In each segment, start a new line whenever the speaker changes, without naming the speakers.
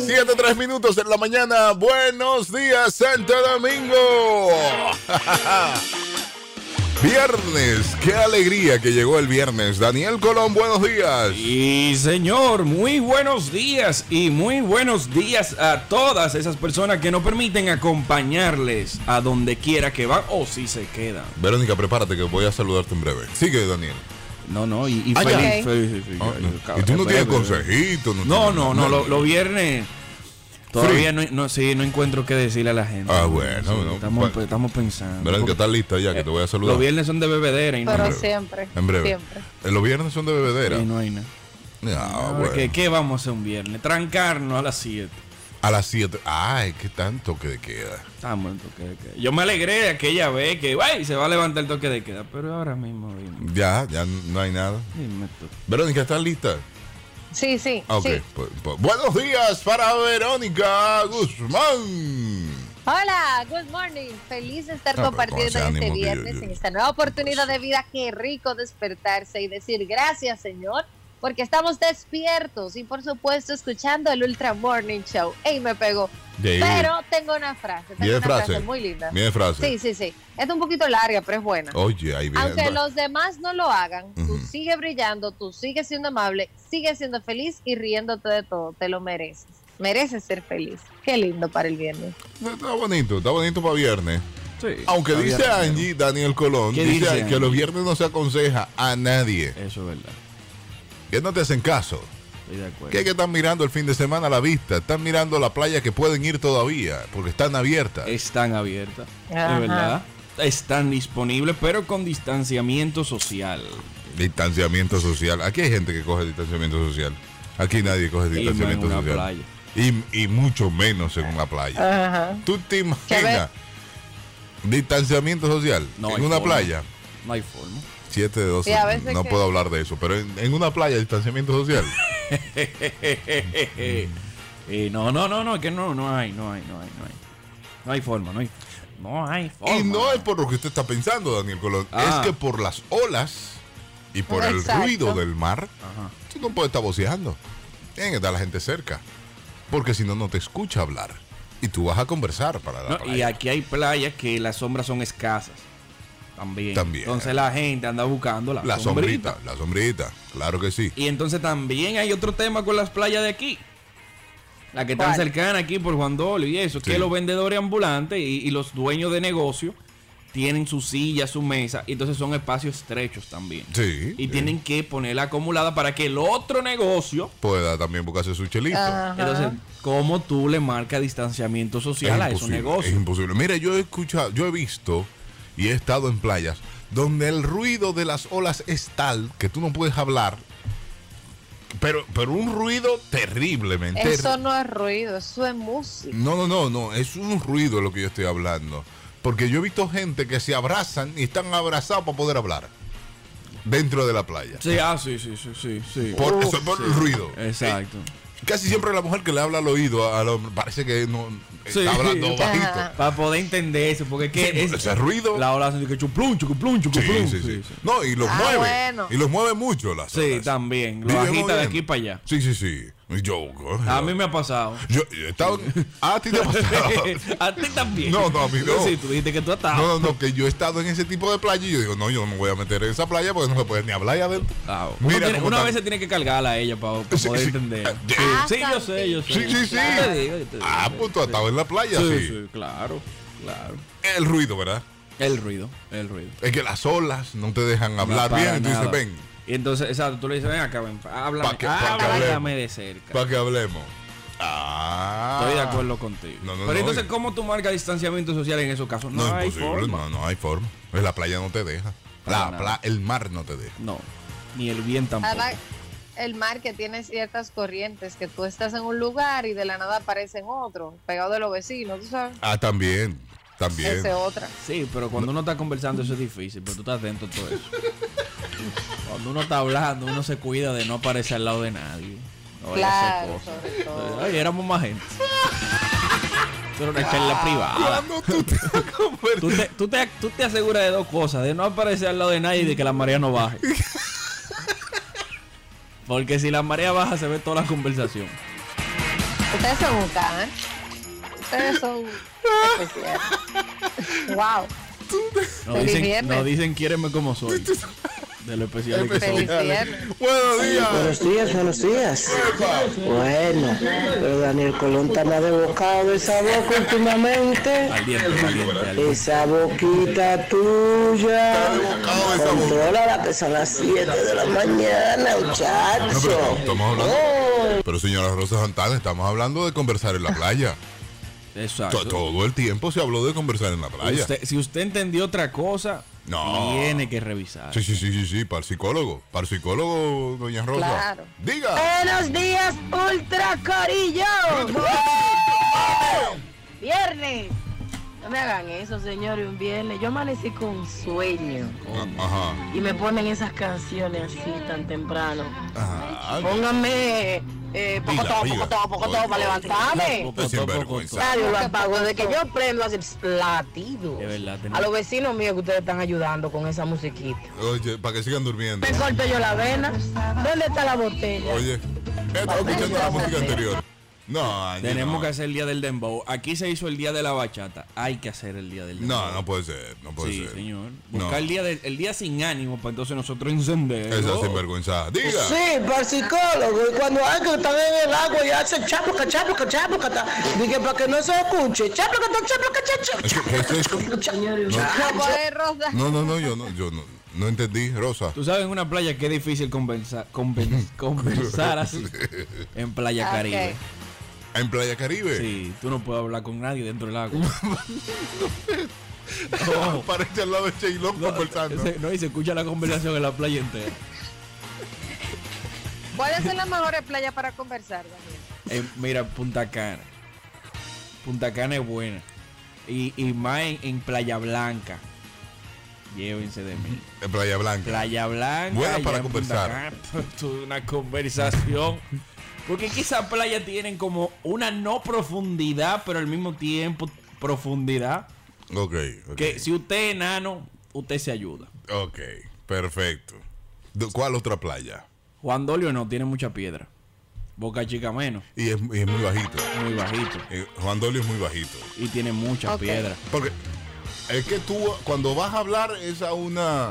7:03 en la mañana. Buenos días, Santo Domingo. Viernes, qué alegría que llegó el viernes. Daniel Colón, buenos días.
Y señor, muy buenos días y muy buenos días a todas esas personas que nos permiten acompañarles a donde quiera que van o si se quedan.
Verónica, prepárate que voy a saludarte en breve. Sigue, Daniel.
No, y
ya.
feliz.
Y tú no tienes consejito.
No, los viernes todavía no encuentro qué decirle a la gente.
Bueno.
Estamos pensando.
Verónica, ¿estás lista ya? Que te voy a saludar.
Los viernes son de bebedera. Y
Pero
no,
siempre.
En breve.
Siempre.
Los viernes son de bebedera.
y no hay nada.
Bueno.
¿Qué vamos a hacer un viernes? Trancarnos a las 7.
A las 7. Ay, qué tanto que queda.
Estamos en toque de queda. Yo me alegré de aquella vez que se va a levantar el toque de queda, pero ahora mismo dime.
Ya no hay nada.
Dime tú.
Verónica, ¿estás lista?
Sí.
Ok.
Sí.
Pues, buenos días para Verónica Guzmán.
Hola, good morning. Feliz de estar
pero
compartiendo
con ese
este
ánimo que
viernes
yo-
en esta nueva oportunidad de vida. Qué rico despertarse y decir gracias, Señor, porque estamos despiertos y por supuesto escuchando el Ultra Morning Show. ¡Ey, me pegó!
De ahí.
Pero tengo una frase,
Bien frase.
muy linda.
Bien frase.
Sí. Es un poquito larga, pero es buena.
Oye, ahí viene.
Aunque los demás no lo hagan, tú
Ujú.
sigues brillando, tú sigues siendo amable, sigues siendo feliz y riéndote de todo. Te lo mereces. Mereces ser feliz. Qué lindo para el viernes.
Está bonito para viernes.
Sí,
Aunque
está
dice
bien.
Angie, Daniel Colón,
¿Qué
dice
dice
que
Angie?
los viernes no se aconseja a nadie.
Eso es verdad.
Que no te hacen caso.
Estoy de acuerdo.
Que están mirando el fin de semana a la vista. Están mirando la playa que pueden ir todavía. Porque están abiertas.
Están abiertas.
Ajá.
Es verdad. Están disponibles, pero con distanciamiento social.
Distanciamiento social. Aquí hay gente que coge distanciamiento social. Aquí nadie coge
Y no en
distanciamiento
una
social.
playa.
Y mucho menos en una playa.
Ajá.
¿Tú te
¿Qué
imaginas distanciamiento social
No
en
hay
una
forma.
playa?
No hay forma.
7 de 12.
Y a veces
No
que-
puedo hablar de eso, pero en una playa distanciamiento social.
No, que no hay. No hay forma, no hay forma.
Y no es por lo que usted está pensando, Daniel Colón.
Ah.
Es que por las olas y por el
Exacto.
ruido del mar,
Ajá.
tú no puedes estar voceando. Tiene que estar la gente cerca. Porque si no, no te escucha hablar. Y tú vas a conversar para la
No,
playa.
y aquí hay playas que las sombras son escasas. También.
También.
Entonces la gente anda buscando la
La
sombrita.
sombrita. Claro que sí.
Y entonces también hay otro tema con las playas de aquí. Las que están
¿Cuál?
cercanas aquí por Juan Dolio y eso.
Sí.
Que los vendedores ambulantes y los dueños de negocio tienen su silla, su mesa. Y entonces son espacios estrechos también.
Sí.
Y tienen que ponerla acumulada para que el otro negocio.
Pueda también buscarse su chelito.
Ajá.
Entonces, ¿cómo tú le marcas distanciamiento social a esos
Es
negocios?
imposible. Mira, yo he visto y he estado en playas donde el ruido de las olas es tal que tú no puedes hablar. Pero un ruido terriblemente.
Eso no es ruido, eso es música.
No, es un ruido lo que yo estoy hablando. Porque yo he visto gente que se abrazan y están abrazados para poder hablar dentro de la playa.
Sí, sí.
Por el ruido.
Exacto.
Casi siempre la mujer que le habla al oído al hombre parece que no
Sí.
está hablando bajito.
Ajá.
Para poder entender eso, porque es que
Sí, ese ruido.
La ola hace que chuplum.
Sí. No, y los
Ah,
mueve.
bueno.
Y los mueve mucho las
Sí,
olas.
también. Lo
Vive
agita de
moviendo.
aquí para allá.
Sí. Y yo,
A mí me ha pasado.
yo he estado. ¿A ti te ha pasado?
A ti también.
No, a mí no.
Sí, tú dijiste que tú has estado.
No, que yo he estado en ese tipo de playa y yo digo, no, yo no me voy a meter en esa playa porque no se puede ni hablar ahí adentro.
Ah,
Mira cómo
una
están.
vez se tiene que cargarla a ella para
Sí,
poder
sí.
entender.
Sí.
Sí, yo sé.
Sí.
Yo te digo.
Ah, pues tú has estado en la playa, sí.
Sí, claro.
El ruido, ¿verdad?
El ruido.
Es que las olas no te dejan hablar
No,
bien.
para
Y tú dices,
nada.
ven,
Y entonces, exacto, tú le dices, ven acá, ven, háblame,
Pa' que hablemos.
háblame de cerca.
para que hablemos. Ah.
Estoy de acuerdo contigo.
No,
Pero entonces,
no.
¿cómo tú marcas distanciamiento social en esos casos?
No,
hay
es imposible,
forma.
no hay forma. Pues la playa no te deja.
Para nada.
El mar no te deja.
No, ni el bien tampoco.
Además, el mar que tiene ciertas corrientes, que tú estás en un lugar y de la nada aparece en otro, pegado de los vecinos, ¿tú sabes?
Ah, también.
Esa es otra.
Sí, pero cuando uno está conversando eso es difícil, pero tú estás dentro de todo eso. Cuando uno está hablando, uno se cuida de no aparecer al lado de nadie. No vaya a hacer
Claro,
cosas.
sobre todo.
Oye, éramos más gente. Pero una charla privada.
Cuando tú te vas a convertir-
Tú te aseguras de dos cosas: de no aparecer al lado de nadie y de que la marea no baje. Porque si la marea baja, se ve toda la conversación.
Ustedes son un can. Ustedes son especiales. Wow.
No dicen quiéreme como soy. De lo especial que soy.
Feliz viernes.
Buenos días.
Buenos días. Bueno, pero Daniel Colón está más desbocado de esa boca últimamente.
Caliente.
Esa boquita tuya. Controla que son las 7 de la mañana,
No,
muchacho.
pero estamos hablando. Pero señora Rosa Santana, estamos hablando de conversar en la playa.
Exacto.
Todo el tiempo se habló de conversar en la playa.
Si usted entendió otra cosa,
No.
tiene que revisar.
Sí, para el psicólogo. Para el psicólogo, doña Rosa.
Claro.
Diga.
Buenos días, Ultra Corillo. Viernes. No me hagan eso, señores, un viernes. Yo amanecí con sueño.
Ajá.
Y me ponen esas canciones así tan temprano.
Ajá.
Pónganme poco todo para levantarme.
Usted sinvergüenza.
Radio lo apago. Desde que yo prendo hace latido.
De verdad,
A los vecinos míos que ustedes están ayudando con esa musiquita.
Oye, para que sigan durmiendo.
Me corto yo la vena. ¿Dónde está la botella?
Oye, estaba escuchando la música anterior. No, Angie,
Tenemos
no.
que hacer el día del dembow. Aquí se hizo el día de la bachata. Hay que hacer el día del dembow.
No puede ser. No puede
Sí,
ser.
señor.
No.
Buscar el día sin ánimo para entonces nosotros encender.
Esa sinvergüenza. Diga.
Sí, para el psicólogo. Y cuando hay que están en el agua y hacen chaplaca. Dije para que no se escuche. Chaplaca.
¿Es esto?
No puede, Rosa.
No, yo no entendí, Rosa.
Tú sabes en una playa que es difícil conversar así. En Playa
Ok.
Caribe.
¿En Playa Caribe?
Sí, tú no puedes hablar con nadie dentro del agua.
Parece al lado de Cheylon conversando.
No, y se escucha la conversación en la playa entera.
¿Cuáles son las mejores playas para conversar, Daniel?
Mira, Punta Cana. Punta Cana es buena. Y más en Playa Blanca. Llévense de mí.
En Playa Blanca.
Playa Blanca.
Buena
allá
para
en Punta
conversar.
Cana, una conversación. Porque quizás playas tienen como una no profundidad, pero al mismo tiempo profundidad.
Ok.
Que si usted es enano, usted se ayuda.
Ok, perfecto. ¿Cuál otra playa?
Juan Dolio no tiene mucha piedra. Boca Chica menos,
Y es muy bajito.
muy bajito.
Juan Dolio es muy bajito.
Y tiene mucha
Ok.
piedra.
Porque es que tú cuando vas a hablar es a una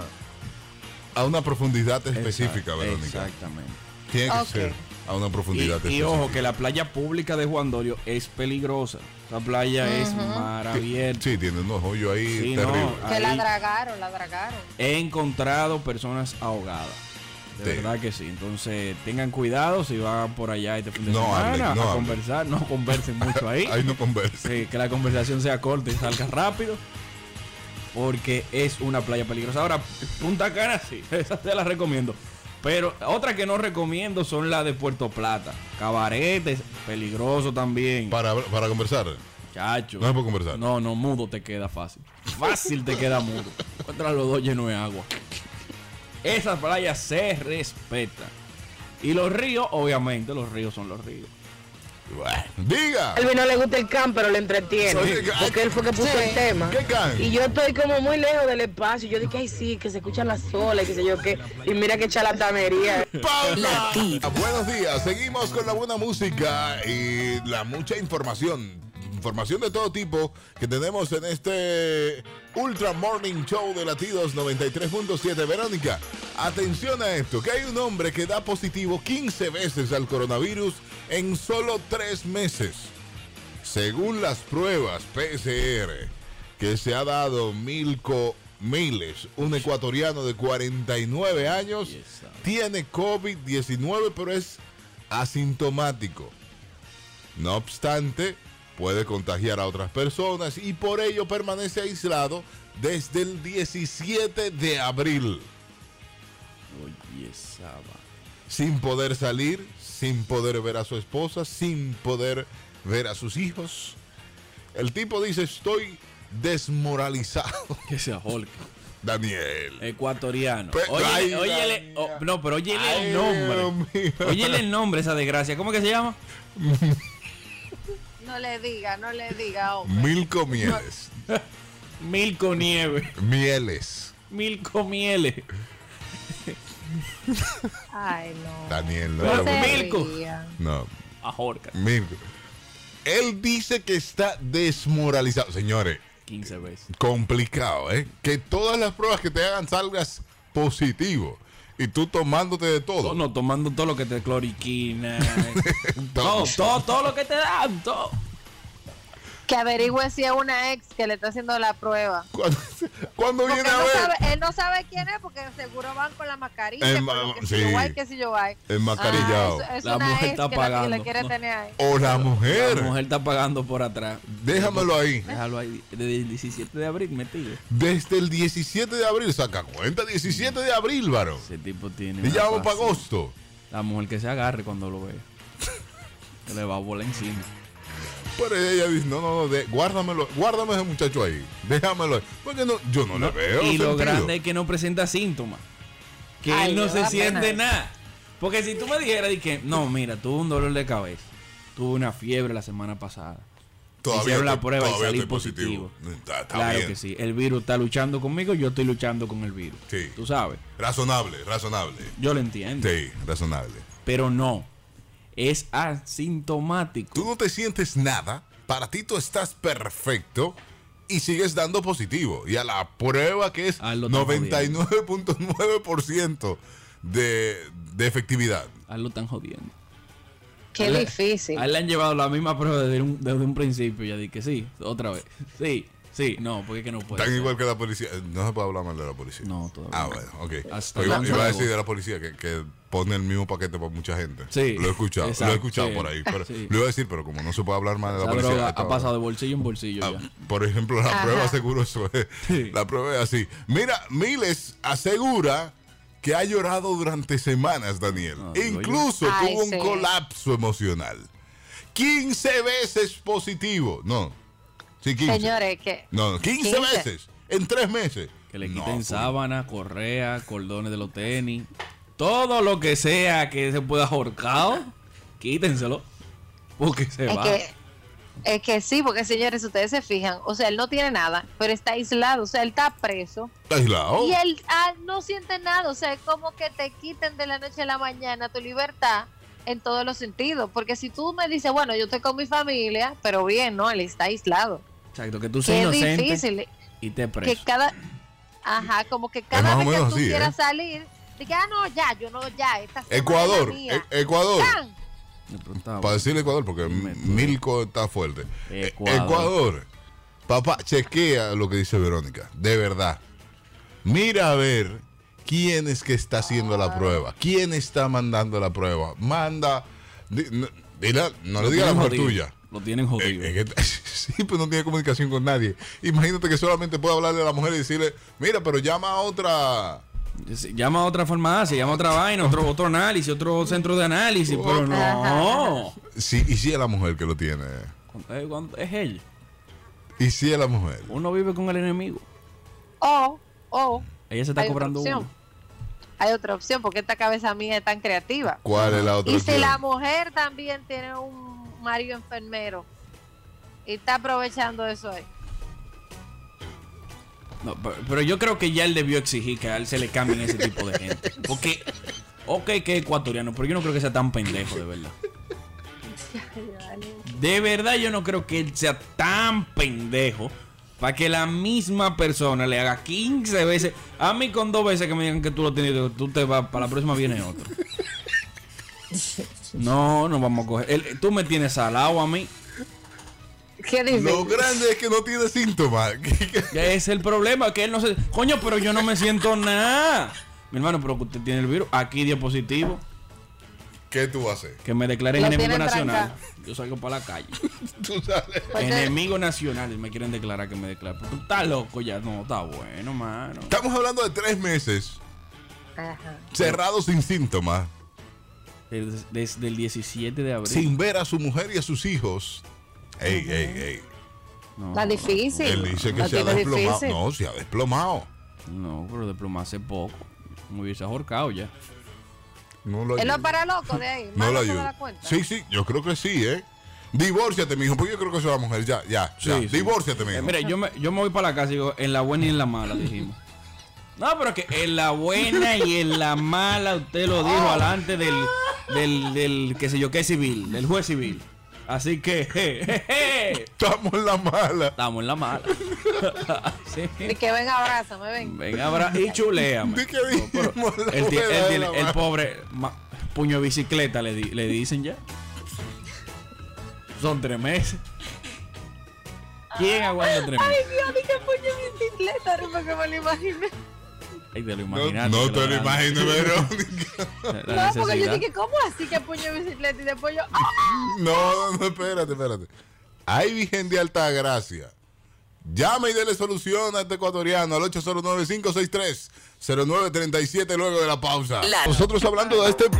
profundidad específica, Verónica.
Exactamente.
Tiene que
Ok.
ser a una profundidad
Y
específica.
ojo que la playa pública de Juan Dolio es peligrosa. La playa es mar abierto.
Sí, tiene unos hoyos ahí
Sí,
terribles.
no,
Que la
ahí
dragaron.
he encontrado personas ahogadas. De
Sí.
verdad que sí. Entonces tengan cuidado si van por allá este fin de
No
semana
hablen, no
a
hablen.
conversar. No conversen mucho ahí.
Ahí no conversa.
Sí, que la conversación sea corta y salga rápido. Porque es una playa peligrosa. Ahora, Punta Cana sí, esa te la recomiendo. Pero otra que no recomiendo son las de Puerto Plata. Cabaretes, peligroso también.
Para conversar.
Chacho.
No es por conversar.
No, mudo te queda fácil. Fácil te queda mudo. Encuentra los dos llenos de agua. Esas playas se respetan. Y los ríos, obviamente, los ríos son los ríos.
Bueno, diga.
A Elvin no le gusta el can, pero le entretiene.
Oye,
Porque él fue que puso
Sí.
el tema.
¿Qué can?
Y yo estoy como muy lejos del espacio. Yo dije, ay, sí, que se escuchan las olas y qué sé yo qué. Y mira qué charlatanería.
¡Pausa! Buenos días, seguimos con la buena música y la mucha información. Información de todo tipo que tenemos en este Ultra Morning Show de Latidos 93.7. Verónica, atención a esto, que hay un hombre que da positivo 15 veces al coronavirus en solo 3 meses. Según las pruebas PCR que se ha dado Milko Miles, un ecuatoriano de 49 años, tiene COVID-19, pero es asintomático. No obstante, puede contagiar a otras personas y por ello permanece aislado desde el 17 de abril,
Oye, Saba.
sin poder salir, sin poder ver a su esposa, sin poder ver a sus hijos. El tipo dice, estoy desmoralizado.
Que sea Hulk.
Daniel.
Ecuatoriano.
Ay,
Óyele, no, pero óyele
Ay,
el nombre.
Dios mío.
Óyele el nombre, esa desgracia. ¿Cómo que se llama?
No le diga, hombre.
Milko Mieles.
Milko Nieve.
Mieles.
Milko Miele.
Ay, no.
Daniel, no.
No
lo-
se
Milko.
ría.
No,
A Jorca.
Milko. Él dice que está desmoralizado. Señores,
15 veces.
complicado, ¿eh? Que todas las pruebas que te hagan salgas positivo. Y tú tomándote de todo.
No, tomando todo lo que te cloriquina. todo lo que te dan, todo.
Que averigüe si es una ex que le está haciendo la prueba.
Cuando
Porque
viene a ver.
él no sabe quién es porque seguro van con la mascarilla. Que
sí.
si yo hay, que si yo hay.
Enmascarillado.
Es
La
una
mujer
ex
está
que
pagando.
le quiere
No.
tener ahí.
O la mujer.
La mujer está pagando por atrás.
Déjamelo ahí.
Déjalo ahí. Desde el 17 de abril metido.
Desde el 17 de abril. Saca cuenta. 17 de abril, varón.
Ese tipo tiene.
Y
una
ya vamos para
paciencia.
agosto.
La mujer que se agarre cuando lo ve. Que le va a volar encima.
Pero ella dice, no, guárdame ese muchacho ahí. Déjamelo ahí. Porque no, yo no le veo
Y lo
sentido.
grande es que no presenta síntomas. Que
Ay,
él no
me
se
da
siente
pena.
nada. Porque si tú me dijeras de que, no, mira, tuve un dolor de cabeza. Tuve una fiebre la semana pasada. Hicieron la prueba y salí
estoy
positivo.
Está
Claro
bien.
que sí. El virus está luchando conmigo, yo estoy luchando con el virus.
Sí.
Tú sabes.
Razonable.
Yo lo entiendo.
Sí, razonable.
Pero no. Es asintomático.
Tú no te sientes nada, para ti tú estás perfecto y sigues dando positivo. Y a la prueba que es
Ah, lo están
99.9% de efectividad.
A él lo están jodiendo.
Qué
A él-
difícil.
A él le han llevado la misma prueba desde un principio. Ya dije que sí, otra vez. Sí, no, porque es que no puede.
Tan
ser.
igual que la policía. No se puede hablar mal de la policía.
No, todavía.
Ah, bueno, ok.
Hasta
Pero
el
iba a
lanza
decir
de
de la policía que pone el mismo paquete para mucha gente.
Sí,
Lo he escuchado,
exacto, sí.
por ahí. Pero,
Sí.
Lo iba a decir, pero como no se puede hablar mal de la
La
policía.
droga
esto-
ha pasado de bolsillo en bolsillo ya.
Por ejemplo, la
Ajá.
prueba seguro eso es.
Sí.
La prueba es así. Mira, Miles asegura que ha llorado durante semanas, Daniel.
Ah, digo
Incluso
yo.
tuvo
Ay,
un
sí.
colapso emocional. 15 veces positivo. No. Sí, 15.
Señores, que
No, 15
15.
veces en 3 meses.
Que le
No,
quiten
fue-
sábana, correa, cordones de los tenis. Todo lo que sea que se pueda ahorcado, quítenselo. Porque se va.
es que sí, porque señores, ustedes se fijan, o sea, él no tiene nada, pero está aislado, o sea, él está preso
¿Está aislado?
y él no siente nada, o sea, es como que te quiten de la noche a la mañana tu libertad en todos los sentidos, porque si tú me dices, bueno, yo estoy con mi familia, pero bien, no, él está aislado.
Exacto, que tú seas
Qué
inocente
difícil,
y te
que
preso.
como que
más
cada
o
vez que
menos
tú
así,
quieras
¿eh?
salir, diga, no, ya, yo no, ya, esta semana
Ecuador.
es la mía.
Ecuador.
¡Tan!
Me preguntaba,
Para decirle Ecuador, porque
Dime tú.
Milko está fuerte.
Ecuador.
Ecuador. Papá, chequea lo que dice Verónica. De verdad. Mira a ver quién es que está haciendo la prueba. ¿Quién está mandando la prueba? Manda. No le diga a la
tienen
mujer
jodido.
tuya.
Lo tienen jodido.
Sí, pues no tiene comunicación con nadie. Imagínate que solamente puede hablarle a la mujer y decirle, mira, pero llama a otra.
Llama a otra farmacia, llama a otra vaina, otro análisis, otro centro de análisis, pero no.
Sí, y si es la mujer que lo tiene.
Es ella.
Y si es la mujer.
Uno vive con el enemigo.
O
Ella se está
hay otra
cobrando
opción.
uno.
Hay otra opción, porque esta cabeza mía es tan creativa.
¿Cuál es la otra
Y
opción?
si la mujer también tiene un marido enfermero y está aprovechando eso ahí.
No, pero yo creo que ya él debió exigir que a él se le cambien ese tipo de gente. Porque, ok, que es ecuatoriano, pero yo no creo que sea tan pendejo, de verdad. De verdad, yo no creo que él sea tan pendejo para que la misma persona le haga 15 veces. A mí con 2 veces que me digan que tú lo tienes, tú te vas, para la próxima viene otro. No vamos a coger. Tú me tienes salado a mí.
Qué difícil.
Lo grande es que no tiene síntomas.
Es el problema, que él no se... Coño, pero yo no me siento nada. Mi hermano, pero que usted tiene el virus. Aquí dio positivo.
¿Qué tú haces?
Que me declaren
Lo
enemigo
tienen
nacional.
trancado.
Yo salgo para la calle.
Tú sabes.
Pues,
Enemigo nacional. Y me quieren declarar que me declaren. Pero tú estás loco ya. No, está bueno, mano.
Estamos hablando de 3 meses
Ajá.
cerrados sin síntomas,
Desde el 17 de abril.
sin ver a su mujer y a sus hijos. Ey.
No,
Está difícil.
Él dice que
Lo
se ha
tiene
desplomado.
difícil.
No, se ha desplomado.
No, pero diplomacia hace poco. Me hubiese ahorcado ya.
No lo
Él no
ayuda.
para loco de ahí.
No
Más
lo
no se
ayuda.
da cuenta.
Sí, yo creo que sí, ¿eh? Divórciate, mijo, porque yo creo que soy la mujer. Ya.
Sí.
Divórciate, mijo.
Mire, yo me voy para la casa y digo, en la buena y en la mala, dijimos. No, pero que en la buena y en la mala, usted lo dijo alante del qué sé yo, qué civil, del juez civil. Así que,
Estamos en la mala.
estamos en la mala. Sí.
Y que ven, abrázame, ven.
Venga, y chuléame.
¿De qué dijimos la
El
rueda de la
el
mala?
pobre puño de bicicleta le dicen ya. Son 3 meses. ¿Quién aguanta 3 meses?
Ay, Dios, dije puño de bicicleta, no me que me lo imaginé.
Ay, te lo
No,
imaginaste.
no
que
te lo
dan.
imagines, Verónica.
La
No, porque yo
necesidad.
dije, ¿cómo así que puño de bicicleta? Y después yo, ¡ah!
No, espérate. Hay Virgen de Alta Gracia. Llama y dele solución a este ecuatoriano al 809-563-0937 luego de la pausa. Nosotros hablando de este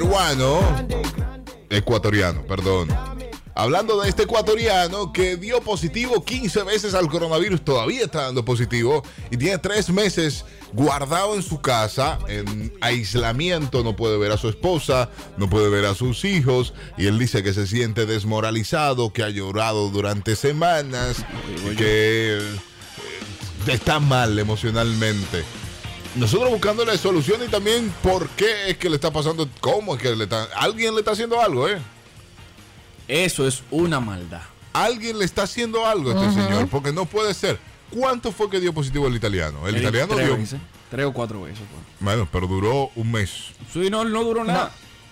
ecuatoriano, perdón. Hablando de este ecuatoriano que dio positivo 15 veces al coronavirus, todavía está dando positivo y tiene 3 meses guardado en su casa, en aislamiento, no puede ver a su esposa, no puede ver a sus hijos y él dice que se siente desmoralizado, que ha llorado durante semanas, que está mal emocionalmente. Nosotros buscándole solución y también por qué es que le está pasando, cómo es que alguien le está haciendo algo,
Eso es una maldad.
Alguien le está haciendo algo a este señor, porque no puede ser. ¿Cuánto fue que dio positivo el italiano? El italiano
3
dio.
veces, 3 o 4 veces. Pues.
Bueno, pero duró un mes.
Sí, no duró nada.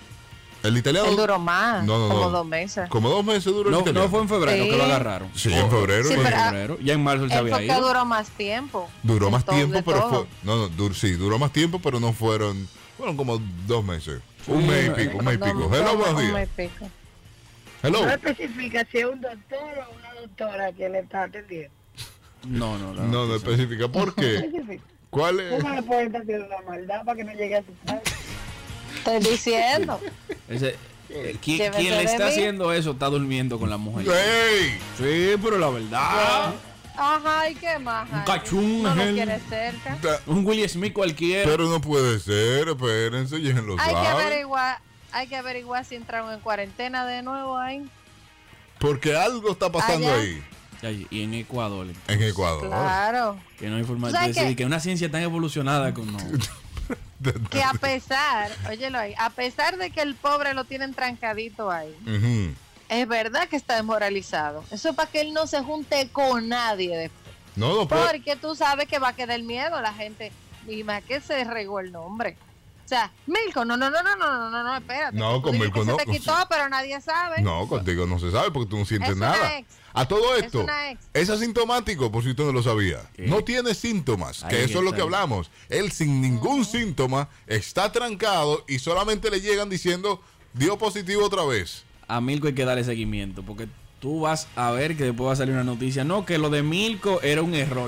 El italiano.
Él duró más,
No.
como 2 meses.
Como 2 meses duró el
No,
italiano.
no fue en febrero
Sí.
que lo agarraron.
Sí, en febrero.
Sí,
Fue en
pero-
febrero. Ya en marzo él se
Él
había
fue que
ido.
duró más tiempo.
Duró más
De todo-
tiempo,
de
pero
todo.
fue. Sí, duró más tiempo, pero no fueron. Fueron como 2 meses. Un mes y pico, un mes y pico. Hello, buenos
Un mes
días.
y pico.
Hello.
No especifica si es un doctor o una doctora que le está atendiendo.
No.
No especifica. ¿Por qué?
Especifica.
¿Cuál es?
¿Cómo le pueden estar haciendo la maldad para que no llegue a su casa?
Estoy diciendo.
¿Quién
Llévese
le
de
está
mí.
haciendo eso está durmiendo con la mujer?
¡Ey!
Sí, pero la verdad.
Ajá, ¿y qué más?
Un
hay?
cachún,
No lo
él.
quiere cerca.
Un Will Smith cualquiera.
Pero no puede ser, espérense, ya lo
Hay
saben.
que averiguar si entraron en cuarentena de nuevo ahí.
Porque algo está pasando
Allá.
ahí,
Ay, y en Ecuador.
en Ecuador.
Claro.
Que no hay forma
¿Sabes
de decir
qué?
que una ciencia tan evolucionada como.
Que a pesar, óyelo ahí, a pesar de que el pobre lo tienen trancadito ahí,
Ujú.
es verdad que está desmoralizado. Eso es para que él no se junte con nadie después.
No, pero
Porque tú sabes que va a quedar miedo a la gente. Y más que se regó el nombre. O sea, Milko, no, espérate.
No,
Tú
con
dices
Milko
que
no.
se te quitó, pero nadie sabe.
no, contigo no se sabe porque tú no sientes
Es una
nada.
ex.
A todo
Es
esto,
una ex.
es asintomático, por si usted no lo sabía.
¿Qué?
No tiene síntomas,
Ahí
que eso es lo
está.
que hablamos. Él sin ningún síntoma está trancado y solamente le llegan diciendo dio positivo otra vez.
A Milko hay que darle seguimiento. Porque tú vas a ver que después va a salir una noticia. No, que lo de Milko era un error.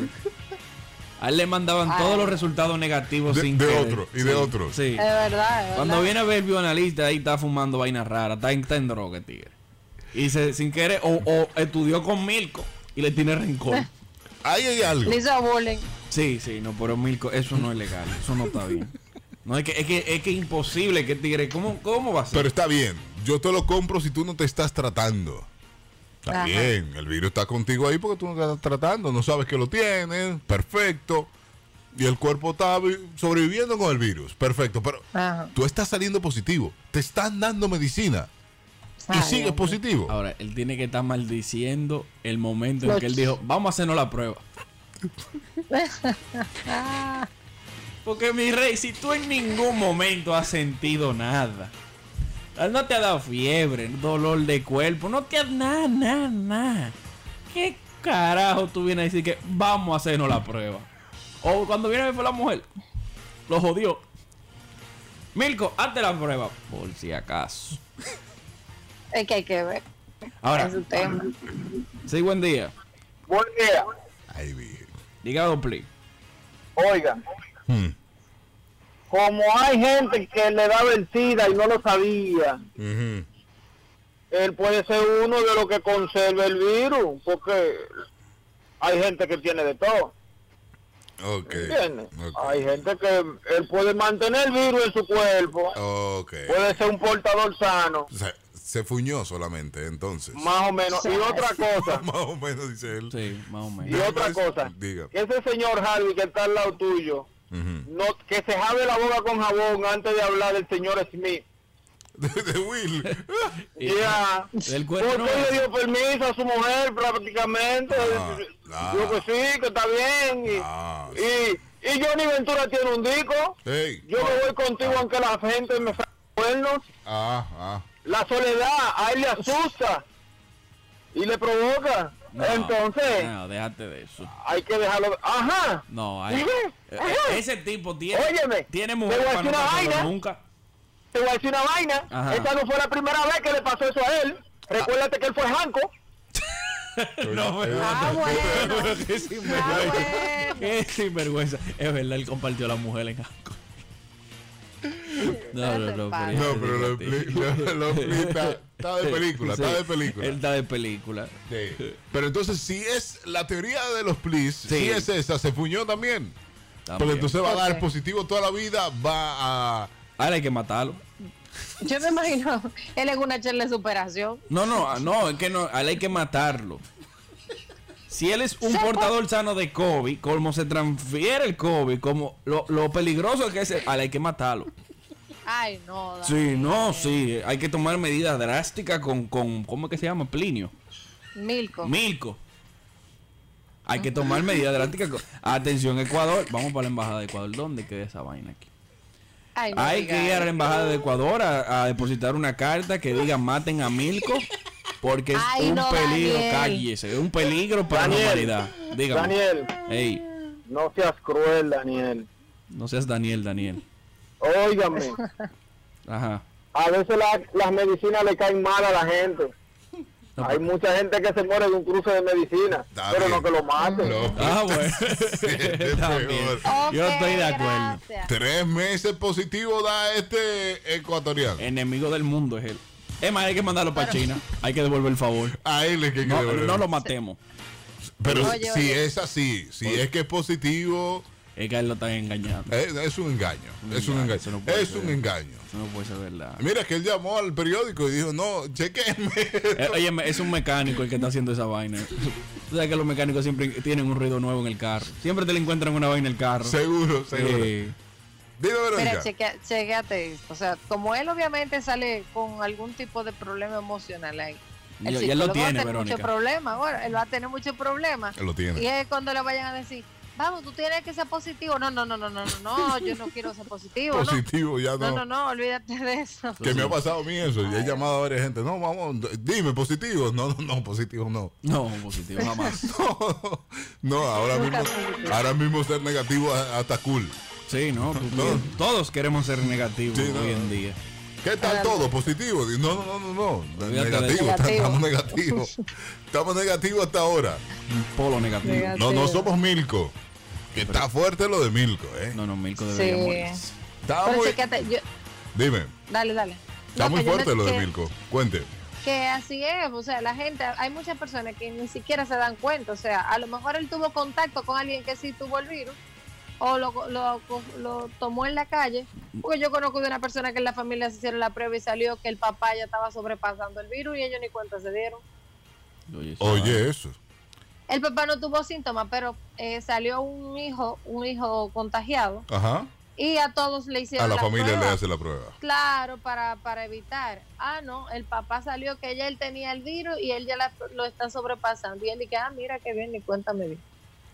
A él le mandaban
Ay.
todos los resultados negativos sin
De
querer.
otro, y de otro.
Sí.
Es verdad.
Cuando viene a ver el bioanalista, ahí está fumando vainas raras, está en droga, tigre. Y sin querer, o estudió con Milko y le tiene rencor.
Ahí hay algo.
Le hizo bullying.
Sí, no, pero Milko, eso no es legal, eso no está bien. No, es que es imposible que tigre, ¿cómo va a ser?
Pero está bien, yo te lo compro si tú no te estás tratando. Está
Ajá.
bien, el virus está contigo ahí porque tú no te estás tratando, no sabes que lo tienes, perfecto. Y el cuerpo está sobreviviendo con el virus, perfecto. Pero
Ajá.
tú estás saliendo positivo, te están dando medicina y
Ay,
sigues
Dios.
positivo.
Ahora, él tiene que estar maldiciendo el momento en
Lo
que él dijo, vamos a hacernos la prueba.
Ah,
Porque mi rey, si tú en ningún momento has sentido nada, no te ha dado fiebre, dolor de cuerpo, no te ha nada. ¿Qué carajo tú vienes a decir que vamos a hacernos la prueba? O cuando viene a ver por la mujer, lo jodió. Milko, hazte la prueba, por si acaso.
es que hay que ver.
Ahora,
Es un tema.
sí, buen día.
Buen día.
Ay, virgen.
Diga Dopli.
Oiga,
Hmm.
como hay gente que le da el SIDA y no lo sabía,
Ujú.
él puede ser uno de los que conserva el virus, porque hay gente que tiene de todo,
Ok.
¿entiendes?
Ok.
Hay gente que él puede mantener el virus en su cuerpo,
Ok.
puede ser un portador sano,
O sea, se fuñó solamente, entonces.
más o menos. Y otra cosa,
Más o menos, dice él.
Sí, más o
y
menos.
otra cosa,
Diga.
que ese señor Harvey que está al lado tuyo,
Ujú.
no, que se jave la boca con jabón antes de hablar del señor Smith.
De Will.
Ya.
El
¿Por
cuerno
qué
no
le
es.
dio permiso a su mujer prácticamente? Digo que sí, que está bien.
Ah.
Y Johnny Ventura tiene un disco.
Hey.
Yo me voy contigo aunque la gente me saque cuernos. La soledad a él le asusta y le provoca.
No,
Entonces,
no, déjate de eso.
hay que dejarlo. Ajá.
No,
Dime, ajá.
ese tipo tiene,
Óyeme,
tiene
te
mujer
voy a
para no
decir una
casarlo
vaina.
nunca.
Te voy a decir una vaina.
Ajá.
Esta no fue la primera vez que le pasó eso a él. Recuérdate que él fue Janko.
No, pero
bueno.
qué sinvergüenza.
bueno.
Qué sinvergüenza. Es verdad, él compartió a la mujer en algo. No,
pero lo está de película,
Sí,
está de película.
Él está de película.
Sí. Pero entonces, si es la teoría de los please,
Sí.
si es esa, se fuñó también.
También.
Porque entonces va a dar
Ok.
positivo toda la vida, va a...
Ahora hay que matarlo.
Yo me imagino, él en una charla de superación.
No, es que no, a él hay que matarlo. Si él es un portador sano de COVID, como se transfiere el COVID, como lo peligroso que es, a él hay que matarlo.
Ay, no.
Sí, no, sí, hay que tomar medidas drásticas con ¿cómo es que se llama? Plinio. Milko. Hay que tomar medidas drásticas. Atención, Ecuador. Vamos para la embajada de Ecuador. ¿Dónde queda esa vaina aquí?
Ay, no
Hay
diga
que ir a la
eso.
embajada de Ecuador a depositar una carta que diga maten a Milko porque es
Ay,
un
no,
peligro,
Daniel.
cállese, es un peligro para
Daniel,
la humanidad. Dígame.
Daniel,
Ey,
no seas cruel, Daniel.
no seas Daniel.
Óigame,
Ajá.
a veces las medicinas le caen mal a la gente. Hay mucha gente que se muere de un cruce de medicina,
Está
pero
bien.
no que lo maten.
No.
Ah, bueno. Está bien.
Peor.
Ok,
Yo estoy de acuerdo.
gracias.
3 meses positivo da este ecuatoriano.
Enemigo del mundo es él. Es más, hay que mandarlo para China. Hay que devolver el favor.
A él es que hay que
No,
devolver.
no lo matemos.
Pero
Oye,
si
oye.
es así, si es que es positivo,
Es que a él lo están engañando.
es un engaño. Es un engaño.
Eso no puede
Es un
ser.
engaño.
Eso no puede ser verdad.
Mira que él llamó al periódico y dijo, no, chequenme.
Oye, es un mecánico el que está haciendo esa vaina. Tú sabes que los mecánicos siempre tienen un ruido nuevo en el carro. Siempre te le encuentran una vaina en el carro.
Seguro.
Sí.
Dime,
Mira,
Verónica.
chequéate esto. O sea, como él obviamente sale con algún tipo de problema emocional ahí.
Y él lo
psicólogo va a
tiene,
tener
Verónica.
muchos problemas. Bueno, él va a tener muchos problemas.
Él lo tiene.
Y es cuando le vayan a decir, vamos, tú tienes que ser positivo. No, yo no quiero ser positivo.
Positivo, ya no.
No, olvídate de eso.
Que me ha pasado a mí eso. Y he llamado a varias gente. No, vamos, dime, positivo. No, positivo no.
No, positivo, jamás.
No, ahora mismo ser negativo hasta cool.
Sí, no,
No.
todos queremos ser negativos
Sí, no.
hoy en día.
¿Qué tal todo? ¿Positivo? No.
Olvídate de
Negativo.
eso.
Estamos negativos. Estamos negativos hasta ahora.
Un polo negativo.
Negativo.
No somos Milko. Que está fuerte lo de Milko, ¿eh?
No, Milko debería
Sí.
morirse.
Está
Pero
muy...
chequéate,
Dime.
dale.
Está
No,
muy
que yo
fuerte
me-
lo de
que-
Milko. Cuente.
Que así es, o sea, la gente, hay muchas personas que ni siquiera se dan cuenta, o sea, a lo mejor él tuvo contacto con alguien que sí tuvo el virus, o lo tomó en la calle, porque yo conozco de una persona que en la familia se hicieron la prueba y salió que el papá ya estaba sobrepasando el virus y ellos ni cuenta se dieron.
Oye, eso.
El papá no tuvo síntomas, pero salió un hijo contagiado
Ajá.
y a todos le hicieron
A la familia
prueba.
le hace la prueba.
Claro, para evitar. Ah, no, el papá salió que ya él tenía el virus y él ya lo está sobrepasando. Y él dice, mira qué bien, ni cuéntame bien.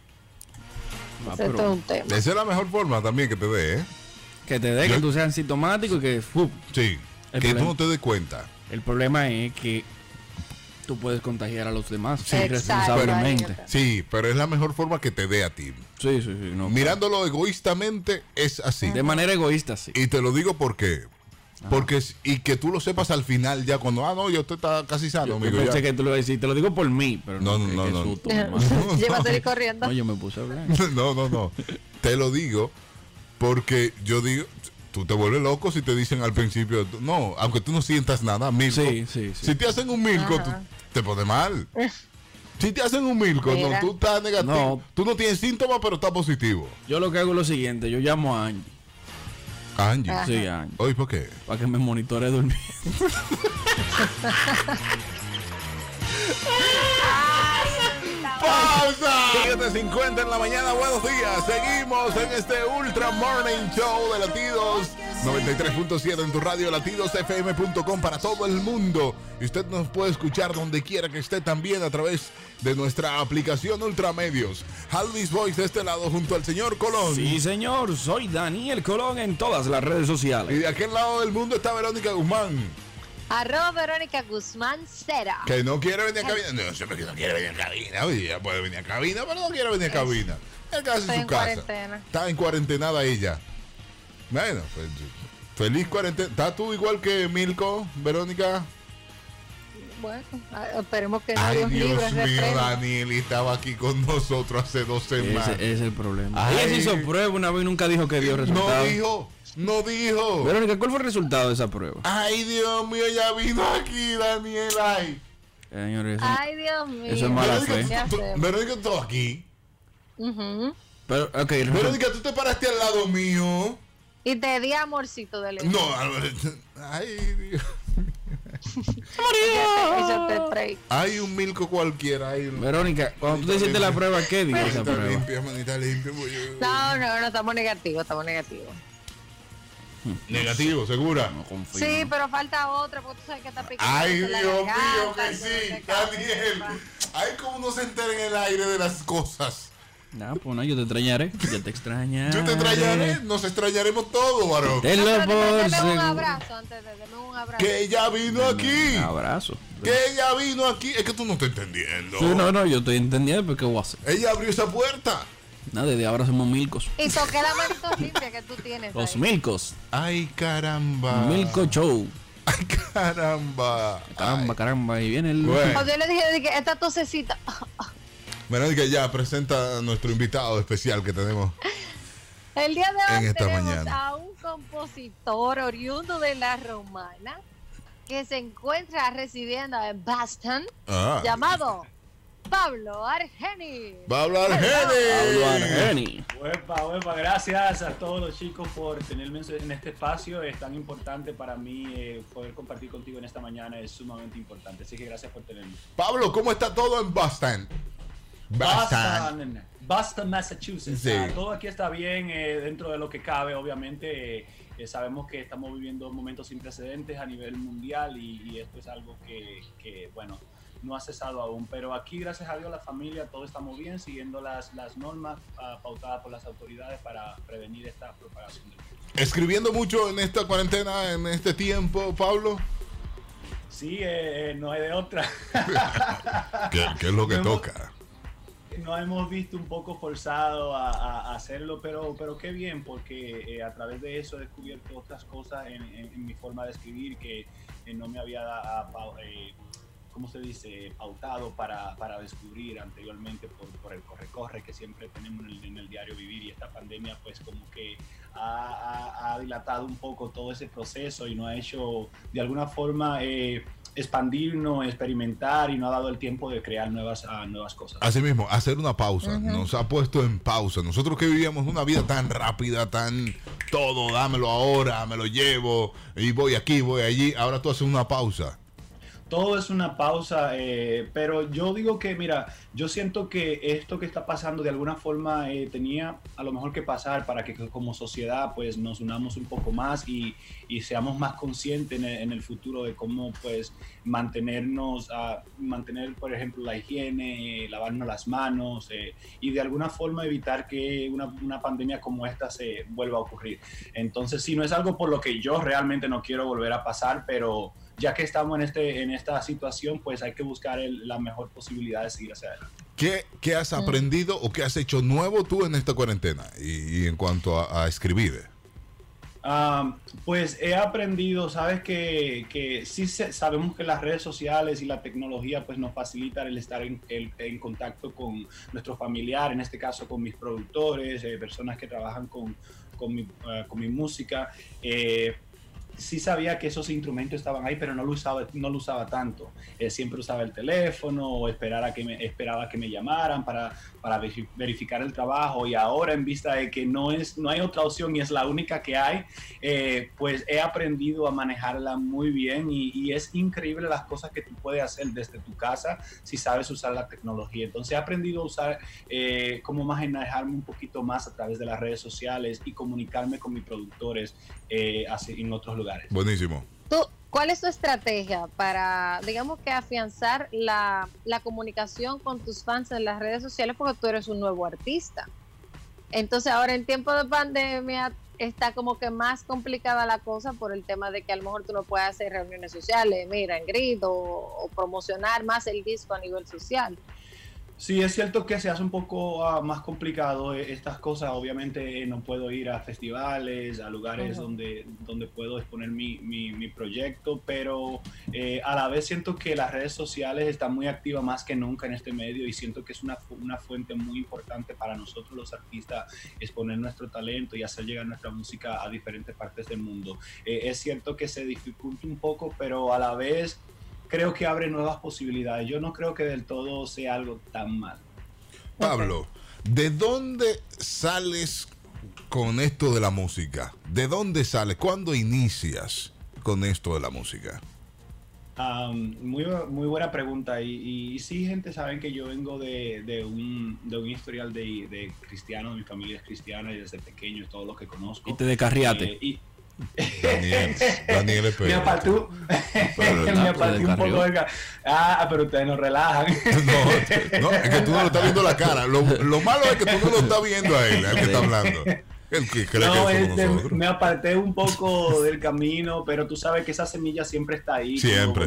Esto es un tema.
Esa es la mejor forma también que te dé, ¿eh?
Que te dé,
Yo-
que tú seas asintomático y que...
Sí.
El
Que tú
problema-
no te des cuenta.
El problema es que tú puedes contagiar a los demás
Exacto,
irresponsablemente.
ahí está.
Sí, pero es la mejor forma que te dé a ti.
Sí, no.
Mirándolo egoístamente es así.
De manera egoísta, sí.
Y te lo digo porque y que tú lo sepas al final ya cuando no, ya usted está casi sano,
Yo
amigo.
pensé
ya.
que tú lo ibas a decir, te lo digo por mí, pero
No,
no,
no,
qué
no.
susto, hermano.
Llévate corriendo.
No, yo me puse a hablar.
No. Te lo digo porque yo digo, tú te vuelves loco si te dicen al principio, no, aunque tú no sientas nada, Milko.
Sí.
Si te hacen un Milko, tú te pones mal. Si te hacen un Milko, no,
Mira.
tú estás negativo.
No.
Tú no tienes síntomas, pero estás positivo.
Yo lo que hago es lo siguiente, yo llamo a Angie.
Angie.
Ajá.
Sí, a Angie.
Oye, ¿por qué?
Para que me monitore durmiendo.
¡Pausa! 7:50 en la mañana, buenos días. Seguimos en este Ultra Morning Show de Latidos 93.7 en tu radio, latidosfm.com para todo el mundo. Y usted nos puede escuchar donde quiera que esté también a través de nuestra aplicación Ultramedios. Alvis Voice de este lado junto al señor Colón.
Sí, señor, soy Daniel Colón en todas las redes sociales.
Y de aquel lado del mundo está Verónica Guzmán.
@Verónica Guzmán Cera.
Que no quiere venir a cabina. No, siempre que no quiere venir a cabina. Oye, ella puede venir a cabina, pero no quiere venir a cabina. Ella casi en su casa.
Cuarentena.
Está en cuarentenada ella. Bueno, pues feliz cuarentena. ¿Estás tú igual que Milko, Verónica?
Bueno, esperemos que no
Ay,
Dios
Dios
libre,
mío,
refrene.
Daniel estaba aquí con nosotros hace 2 semanas.
Ese es el problema.
Ay.
Ella se hizo prueba una vez y nunca dijo que dio resultado.
No dijo.
Verónica, ¿cuál fue el resultado de esa prueba?
Ay, Dios mío, ya vino aquí, Daniel. Ay,
Señores,
Ay, Dios mío.
Eso es mala fe.
Verónica, tú aquí.
Ujú.
pero, ok,
Verónica, tú te paraste al lado mío.
Y te di amorcito de leche.
No, ay, Dios.
Échate spray.
Hay un Milko cualquiera. Hay un...
Verónica, cuando tú te hiciste la prueba, ¿qué dijo esa
Manita
prueba?
limpia, manita limpia.
No, estamos negativos,
Negativo, segura.
No confío.
Sí, pero falta otra, porque tú sabes que está picando.
Ay,
la
Dios mío,
garganta,
que
el dolor
sí,
de cabeza.
Daniel. Ay, como uno se entera en el aire de las cosas.
No, pues no, yo te extrañaré. Yo te extrañaré.
Yo te extrañaré, nos extrañaremos todos, varón.
Tenlo
Pero
por
deme un
seguro.
abrazo antes de, deme un abrazo.
Que ella vino aquí.
Un abrazo.
Que ella vino aquí. Es que tú no estás entendiendo.
Sí, no, yo estoy entendiendo, pero ¿qué voy a hacer?
Ella abrió esa puerta.
Nada, desde ahora somos milcos.
Y toqué la manito limpia que tú tienes.
Los
ahí.
milcos.
Ay, caramba.
Milko Show.
Ay, caramba.
Caramba, y viene el...
Bueno.
Cuando yo le dije que esta tosecita.
Verónica, ya presenta a nuestro invitado especial que tenemos.
El día de
En
hoy
esta
tenemos
mañana.
a un compositor oriundo de La Romana que se encuentra residiendo en Boston, llamado Pablo Argeni.
Pablo Argeni.
Argeni.
Uepa, gracias a todos los chicos por tenerme en este espacio. Es tan importante para mí poder compartir contigo en esta mañana, es sumamente importante. Así que gracias por tenerme.
Pablo, ¿cómo está todo en Boston?
Boston, Massachusetts.
Sí.
Todo aquí está bien dentro de lo que cabe, obviamente. Sabemos que estamos viviendo momentos sin precedentes a nivel mundial y esto es algo que, bueno, no ha cesado aún. Pero aquí, gracias a Dios, la familia, todo estamos bien, siguiendo las normas pautadas por las autoridades para prevenir esta propagación del virus.
¿Escribiendo mucho en esta cuarentena, en este tiempo, Pablo?
Sí, no hay de otra.
¿Qué es lo que toca?
Nos hemos visto un poco forzado a hacerlo, pero qué bien, porque a través de eso he descubierto otras cosas en mi forma de escribir que no me había, ¿cómo se dice?, pautado para descubrir anteriormente por el corre-corre que siempre tenemos en el diario vivir, y esta pandemia pues como que ha dilatado un poco todo ese proceso y nos ha hecho de alguna forma expandirnos, experimentar, y no ha dado el tiempo de crear nuevas cosas.
Así mismo, hacer una pausa. Nos ha puesto en pausa. Nosotros que vivíamos una vida tan rápida, tan todo, dámelo ahora, me lo llevo, y voy aquí, voy allí. Ahora tú haces una pausa.
Todo es una pausa, pero yo digo que, mira, yo siento que esto que está pasando de alguna forma tenía a lo mejor que pasar para que como sociedad pues nos unamos un poco más y seamos más conscientes en el futuro de cómo pues mantener por ejemplo la higiene, lavarnos las manos y de alguna forma evitar que una pandemia como esta se vuelva a ocurrir. Entonces sí, no es algo por lo que yo realmente no quiero volver a pasar, pero ya que estamos en esta situación, pues hay que buscar la mejor posibilidad de seguir hacia adelante.
¿Qué has aprendido o qué has hecho nuevo tú en esta cuarentena y en cuanto a escribir?
Pues he aprendido, sabes que sí sabemos que las redes sociales y la tecnología pues nos facilitan el estar en contacto con nuestros familiares, en este caso con mis productores, personas que trabajan con mi música. sí sabía que esos instrumentos estaban ahí, pero no lo usaba tanto. Siempre usaba el teléfono o esperaba que me llamaran para verificar el trabajo, y ahora, en vista de que no hay otra opción y es la única que hay, pues he aprendido a manejarla muy bien, y es increíble las cosas que tú puedes hacer desde tu casa si sabes usar la tecnología. Entonces he aprendido a usar cómo manejarme un poquito más a través de las redes sociales y comunicarme con mis productores así en otros lugares.
Buenísimo.
¿Cuál es tu estrategia para, digamos que, afianzar la comunicación con tus fans en las redes sociales? Porque tú eres un nuevo artista. Entonces ahora en tiempo de pandemia está como que más complicada la cosa por el tema de que a lo mejor tú no puedes hacer reuniones sociales, mira, en grito, o promocionar más el disco a nivel social.
Sí, es cierto que se hace un poco más complicado estas cosas. Obviamente no puedo ir a festivales, a lugares donde puedo exponer mi proyecto, pero a la vez siento que las redes sociales están muy activas más que nunca en este medio, y siento que es una fuente muy importante para nosotros los artistas exponer nuestro talento y hacer llegar nuestra música a diferentes partes del mundo. Es cierto que se dificulta un poco, pero a la vez creo que abre nuevas posibilidades. Yo no creo que del todo sea algo tan mal.
Pablo, ¿de dónde sales con esto de la música? ¿De dónde sales? ¿Cuándo inicias con esto de la música?
Muy buena pregunta. Y sí, gente, saben que yo vengo de un historial de cristiano. Mi familia es cristiana y desde pequeño es todo lo que conozco.
Y te descarriaste.
Daniel es
me aparté un poco de... pero ustedes nos relajan.
No, es que tú no lo estás viendo la cara. Lo malo es que tú no lo estás viendo a él, al que está hablando. El que cree que somos
me aparté un poco del camino, pero tú sabes que esa semilla siempre está ahí.
Siempre.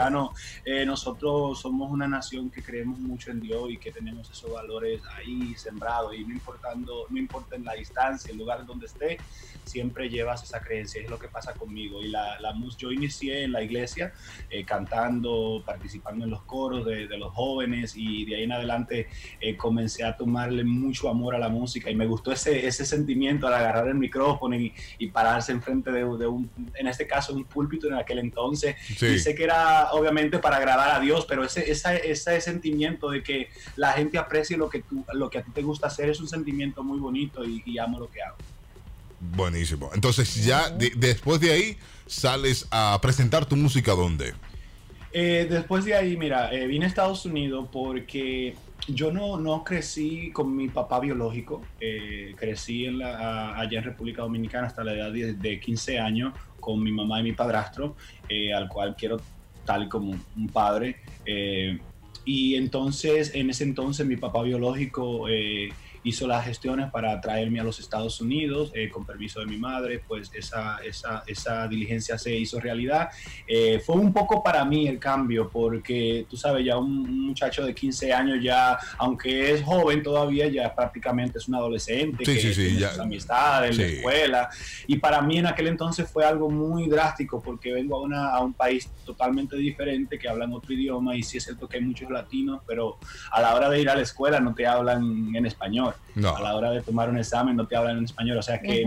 Nosotros somos una nación que creemos mucho en Dios y que tenemos esos valores ahí sembrados, y no importa en la distancia, el lugar donde esté, siempre llevas esa creencia. Es lo que pasa conmigo. Y yo inicié en la iglesia cantando, participando en los coros de los jóvenes, y de ahí en adelante comencé a tomarle mucho amor a la música, y me gustó ese sentimiento al agarrar el micrófono y pararse enfrente de en este caso, un púlpito en aquel entonces. Sí. Y sé que era obviamente para agradar a Dios, pero ese sentimiento de que la gente aprecie lo que a ti te gusta hacer es un sentimiento muy bonito, y amo lo que hago.
Buenísimo. Entonces ya después de ahí sales a presentar tu música, ¿dónde?
Después de ahí, mira, vine a Estados Unidos porque yo no crecí con mi papá biológico. Crecí allá en República Dominicana hasta la edad de 15 años con mi mamá y mi padrastro, al cual quiero tal como un padre. Y entonces, en ese entonces, mi papá biológico hizo las gestiones para traerme a los Estados Unidos, con permiso de mi madre. Pues esa diligencia se hizo realidad. Fue un poco para mí el cambio, porque tú sabes, ya un muchacho de 15 años, ya, aunque es joven todavía, ya prácticamente es un adolescente, tiene sus amistades, la escuela. Y para mí en aquel entonces fue algo muy drástico, porque vengo a un país totalmente diferente, que hablan otro idioma, y sí es cierto que hay muchos latinos, pero a la hora de ir a la escuela no te hablan en español. No. A la hora de tomar un examen no te hablan en español. O sea que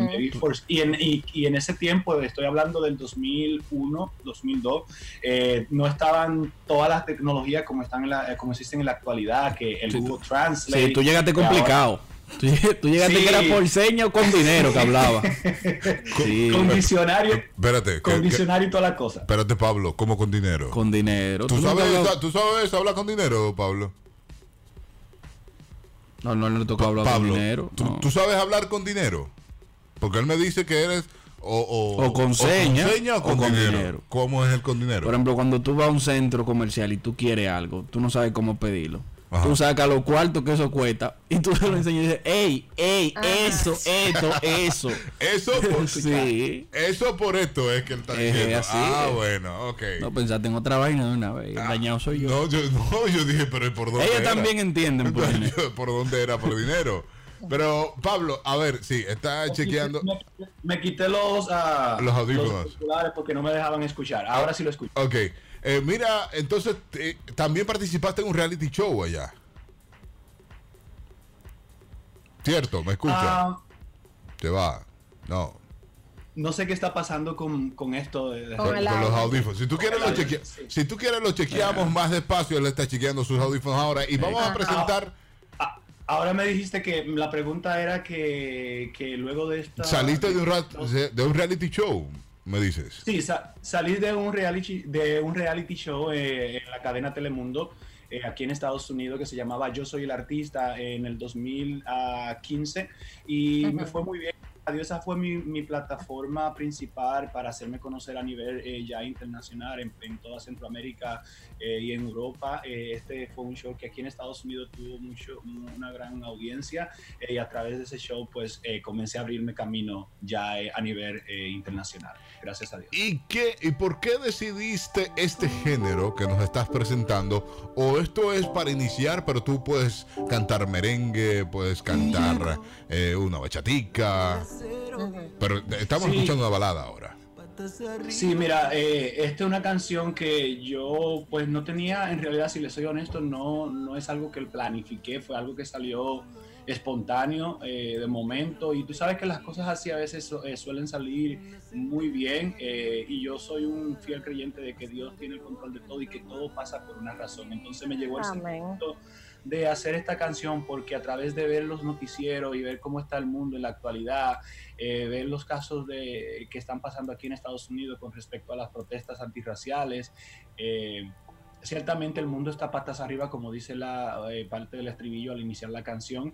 y en ese tiempo, estoy hablando del 2001, 2002, no estaban todas las tecnologías como existen en la actualidad, que el Google Translate.
Sí, tú llegaste complicado. Tú llegaste que era por seña o con dinero que hablaba.
Con diccionario.
Espérate.
Con diccionario y toda la cosa.
Espérate, Pablo, ¿cómo con dinero?
Con dinero.
¿Tú sabes hablar con dinero, Pablo?
No le tocó hablar
Pablo,
con dinero.
¿tú sabes hablar con dinero? Porque él me dice que eres
o con seña
o con dinero. ¿Cómo es el con dinero?
Por ejemplo, cuando tú vas a un centro comercial y tú quieres algo, tú no sabes cómo pedirlo.
Ajá.
Tú sacas los cuartos que eso cuesta y tú se lo enseñas y dices, ey, eso.
Eso por esto es que él está diciendo. Bueno, ok.
No pensaste en otra vaina de una vez. Dañado soy yo.
Yo dije, pero ¿por dónde
Ellos también entienden por dinero.
¿Por dónde era por dinero? Pero, Pablo, a ver, sí, está chequeando.
Me quité los audífonos porque no me dejaban escuchar. Ahora sí lo escucho.
Ok. Mira, entonces también participaste en un reality show allá. ¿Cierto? ¿Me escucha? ¿Te va? No.
no sé qué está pasando con esto
con los audífonos. Si tú quieres lo chequeamos más despacio. Él está chequeando sus audífonos ahora y vamos a presentar.
Ahora me dijiste que la pregunta era que luego de esta...
Saliste de un reality show, me dices.
Sí, salí de un reality show en la cadena Telemundo, aquí en Estados Unidos, que se llamaba Yo Soy el Artista, en el 2015, y me fue muy bien. Esa fue mi plataforma principal para hacerme conocer a nivel ya internacional en toda Centroamérica y en Europa. Este fue un show que aquí en Estados Unidos tuvo una gran audiencia, y a través de ese show pues comencé a abrirme camino ya a nivel internacional. Gracias a Dios.
¿Y por qué decidiste este género que nos estás presentando? ¿O esto es para iniciar, pero tú puedes cantar merengue, puedes cantar una bachatica? Pero estamos escuchando una balada ahora.
Sí, mira, esta es una canción que yo pues no tenía, en realidad, si les soy honesto, no es algo que planifiqué, fue algo que salió espontáneo, de momento, y tú sabes que las cosas así a veces suelen salir muy bien, y yo soy un fiel creyente de que Dios tiene el control de todo y que todo pasa por una razón. Entonces me llegó el sentimiento de hacer esta canción, porque a través de ver los noticieros y ver cómo está el mundo en la actualidad, ver los casos que están pasando aquí en Estados Unidos con respecto a las protestas antirraciales, ciertamente el mundo está patas arriba, como dice la parte del estribillo al iniciar la canción,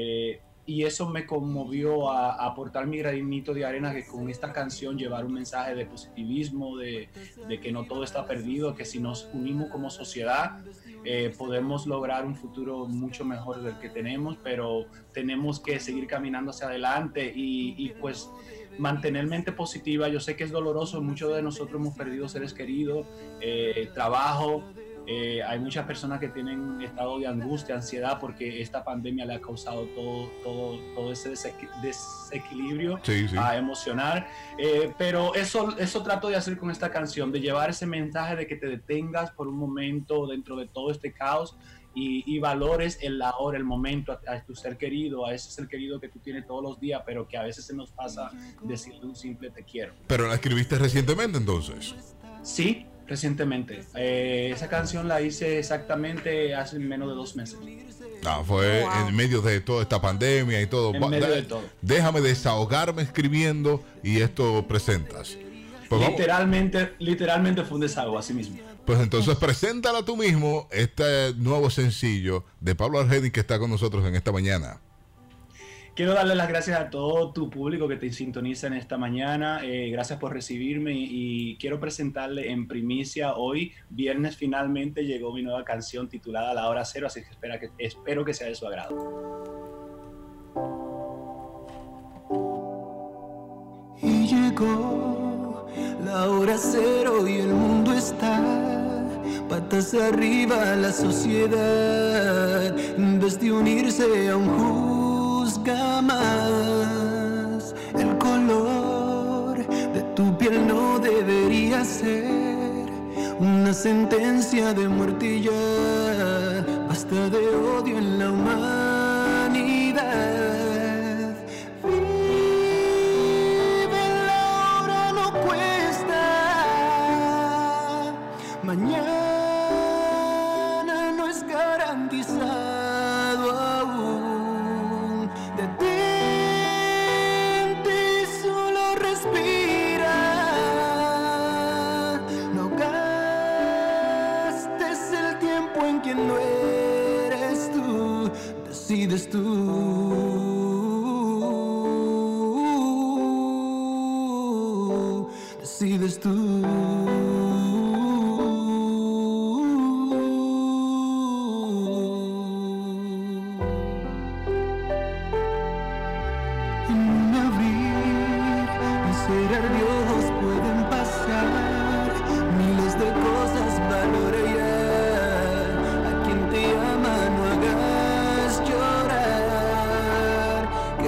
y eso me conmovió a aportar mi granito de arena, que con esta canción llevar un mensaje de positivismo, de que no todo está perdido, que si nos unimos como sociedad podemos lograr un futuro mucho mejor del que tenemos, pero tenemos que seguir caminando hacia adelante y pues mantener mente positiva. Yo sé que es doloroso, muchos de nosotros hemos perdido seres queridos, trabajo. Hay muchas personas que tienen estado de angustia, ansiedad, porque esta pandemia le ha causado todo ese desequilibrio emocional. Pero eso trato de hacer con esta canción, de llevar ese mensaje de que te detengas por un momento dentro de todo este caos y valores el ahora, el momento, a tu ser querido, a ese ser querido que tú tienes todos los días, pero que a veces se nos pasa decirle un simple te quiero.
¿Pero la escribiste recientemente entonces?
Sí, recientemente. Esa canción la hice exactamente hace menos de 2 meses.
Fue en medio de toda esta pandemia y todo.
En medio de todo.
Déjame desahogarme escribiendo y esto presentas. Pues
literalmente fue un desahogo, así mismo.
Pues entonces preséntala tú mismo, este nuevo sencillo de Pablo Argeni, que está con nosotros en esta mañana.
Quiero darle las gracias a todo tu público que te sintoniza en esta mañana. Gracias por recibirme y quiero presentarle en primicia hoy, viernes, finalmente llegó mi nueva canción titulada La Hora Cero, así que espero que sea de su agrado.
Y llegó la hora cero y el mundo está patas arriba, la sociedad, en vez de unirse a un juzga más. El color de tu piel no debería ser una sentencia de muerte y ya basta de odio en la humanidad. Mañana no es garantizado aún. Detente y solo respira. No gastes el tiempo en quien no eres tú. Decides tú. Decides tú.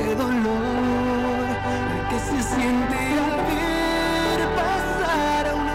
Siente al ver pasar a una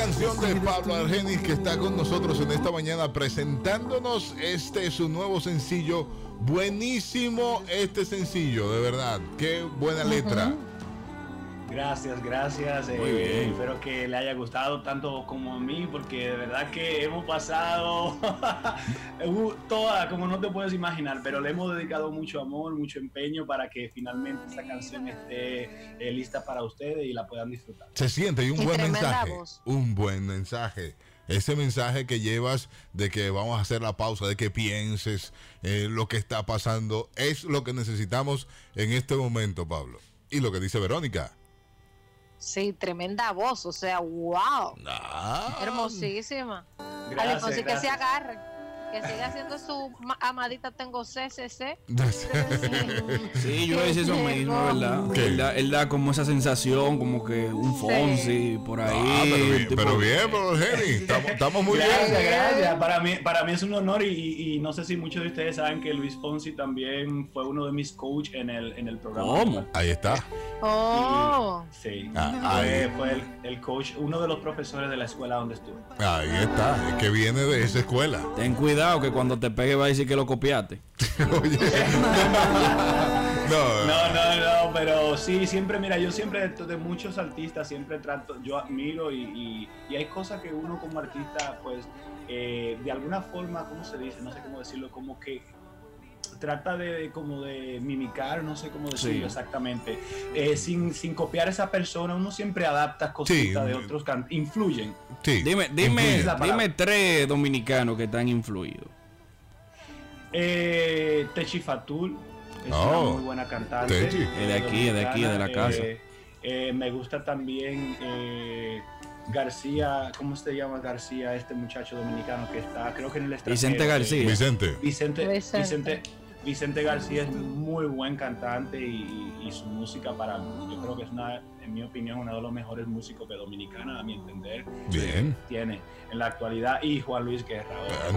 canción de Pablo Argenis, que está con nosotros en esta mañana presentándonos su nuevo sencillo. Buenísimo este sencillo, de verdad. Qué buena letra.
Gracias.
Muy bien.
Espero que le haya gustado tanto como a mí, porque de verdad que hemos pasado toda, como no te puedes imaginar, pero le hemos dedicado mucho amor, mucho empeño para que finalmente esta canción esté lista para ustedes y la puedan disfrutar.
Se siente, y un buen mensaje. Un buen mensaje. Ese mensaje que llevas de que vamos a hacer la pausa, de que pienses lo que está pasando, es lo que necesitamos en este momento, Pablo. Y lo que dice Verónica.
Sí, tremenda voz, o sea, wow. Hermosísima.
Gracias.
Que se agarre, que siga haciendo su amadita tengo CCC.
Sí, yo es eso mismo, ¿verdad? Él da como esa sensación, como que un Fonsi por ahí.
Pero bien, Jenny, estamos muy bien.
Gracias. Para mí es un honor y no sé si muchos de ustedes saben que Luis Fonsi también fue uno de mis coaches en el programa.
¿Cómo? Ahí está.
Sí, fue el coach, uno de los profesores de la escuela donde estuve.
Ahí está, es que viene de esa escuela.
Ten cuidado que cuando te pegue va a decir que lo copiaste.
No, pero sí, siempre, mira, yo siempre de muchos artistas siempre trato, yo admiro y hay cosas que uno como artista, pues, de alguna forma, ¿cómo se dice? No sé cómo decirlo, como que trata de mimicar, no sé cómo decirlo exactamente, sin copiar a esa persona. Uno siempre adapta cositas de otros influyen.
Sí. Dime 3 dominicanos que están influidos.
Techi Fatul es una muy buena cantante.
Es de aquí, de la casa.
Me gusta también García, ¿cómo se llama García? Este muchacho dominicano que está, creo que en el extranjero. Vicente García es muy buen cantante y su música yo creo que es en mi opinión, uno de los mejores músicos de Dominicana, a mi entender.
Bien.
Tiene en la actualidad, y Juan Luis Guerra.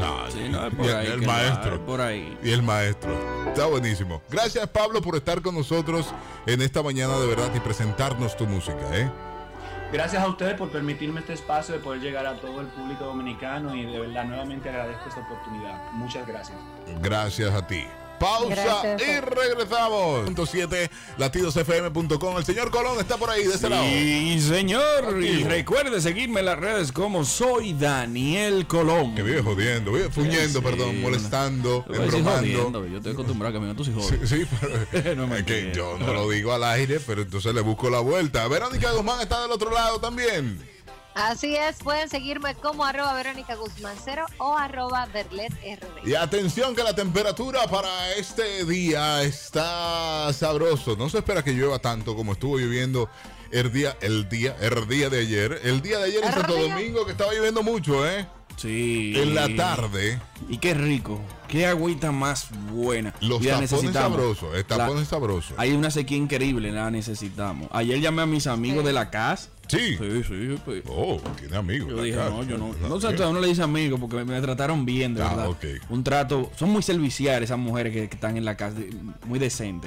El maestro.
Por ahí.
Y el maestro. Está buenísimo. Gracias, Pablo, por estar con nosotros en esta mañana de verdad y presentarnos tu música,
Gracias a ustedes por permitirme este espacio de poder llegar a todo el público dominicano y de verdad nuevamente agradezco esta oportunidad. Muchas gracias.
Gracias a ti. Pausa y regresamos. .7 latidosfm.com. El señor Colón está por ahí de ese lado.
Sí, señor. Activo. Y recuerde seguirme en las redes como soy Daniel Colón.
Que vive jodiendo, molestando, embromando.
Yo estoy acostumbrado a que me tú sí jodes.
Sí, pero no es que yo no lo digo al aire, pero entonces le busco la vuelta. Verónica Guzmán está del otro lado también.
Así es, pueden seguirme como @Verónica Guzmán 0 o @BerletRD.
Y atención que la temperatura para este día está sabroso. No se espera que llueva tanto como estuvo lloviendo el día de ayer. El día de ayer en Santo Domingo, que estaba lloviendo mucho,
Sí.
En la tarde.
Y qué rico. Qué agüita más buena.
Los tapones sabrosos.
Hay una sequía increíble, la necesitamos. Ayer llamé a mis amigos de la casa.
Sí.
Pues.
Tiene amigos.
Yo dije, yo no. No le dice amigos porque me trataron bien, de verdad.
Okay.
Un trato. Son muy serviciales esas mujeres que están en la casa, muy decentes.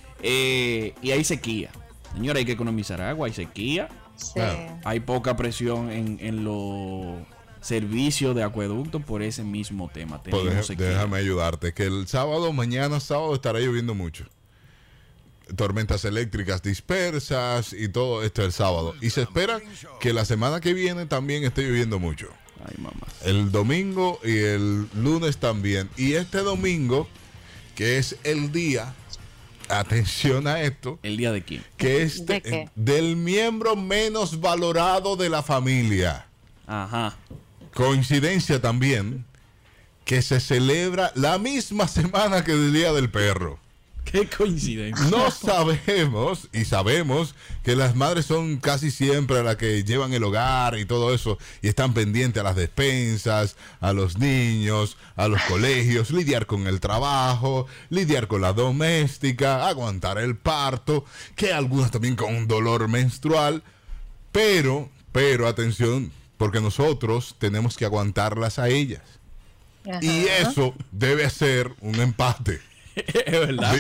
Y hay sequía. Señora, hay que economizar agua, hay sequía.
Sí.
Hay poca presión en los servicios de acueducto por ese mismo tema.
Déjame ayudarte, que mañana sábado estará lloviendo mucho. Tormentas eléctricas dispersas y todo esto el sábado. Y se espera que la semana que viene también esté lloviendo mucho.
Ay, mamá.
El domingo y el lunes también. Y este domingo, que es el día, atención a esto.
¿El día de quién?
Que es del miembro menos valorado de la familia.
Ajá.
Coincidencia también que se celebra la misma semana que el Día del Perro.
Qué coincidencia.
No sabemos, y sabemos que las madres son casi siempre las que llevan el hogar y todo eso, y están pendientes a las despensas, a los niños, a los colegios, lidiar con el trabajo, lidiar con la doméstica, aguantar el parto, que algunas también con un dolor menstrual, pero atención, porque nosotros tenemos que aguantarlas a ellas. Ajá. Y eso debe ser un empate.
Es verdad.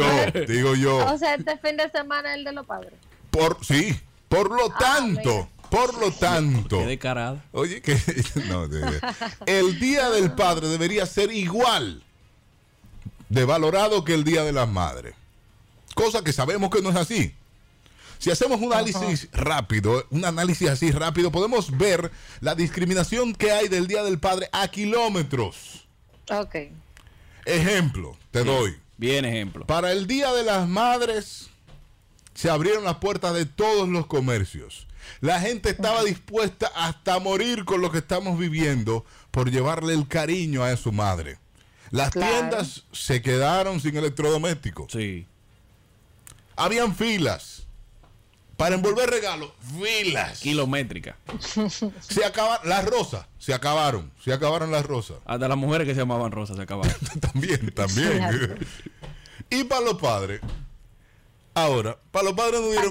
Digo yo.
O sea, este fin de semana es el de los padres.
Por lo tanto, Por lo tanto,
qué descarada.
Oye, que no, el Día del Padre debería ser igual de valorado que el Día de las Madres. Cosa que sabemos que no es así. Si hacemos un análisis rápido, podemos ver la discriminación que hay del Día del Padre a kilómetros.
Ok.
Ejemplo, te doy.
Bien ejemplo.
Para el Día de las Madres se abrieron las puertas de todos los comercios. La gente estaba dispuesta hasta morir con lo que estamos viviendo por llevarle el cariño a su madre. Las tiendas se quedaron sin electrodomésticos.
Sí.
Habían filas. Para envolver regalos, filas.
Kilométrica.
Se acabaron las rosas. Se acabaron las rosas.
Hasta las mujeres que se llamaban rosas se acabaron.
También. Y para los padres. Ahora, para los padres nos dieron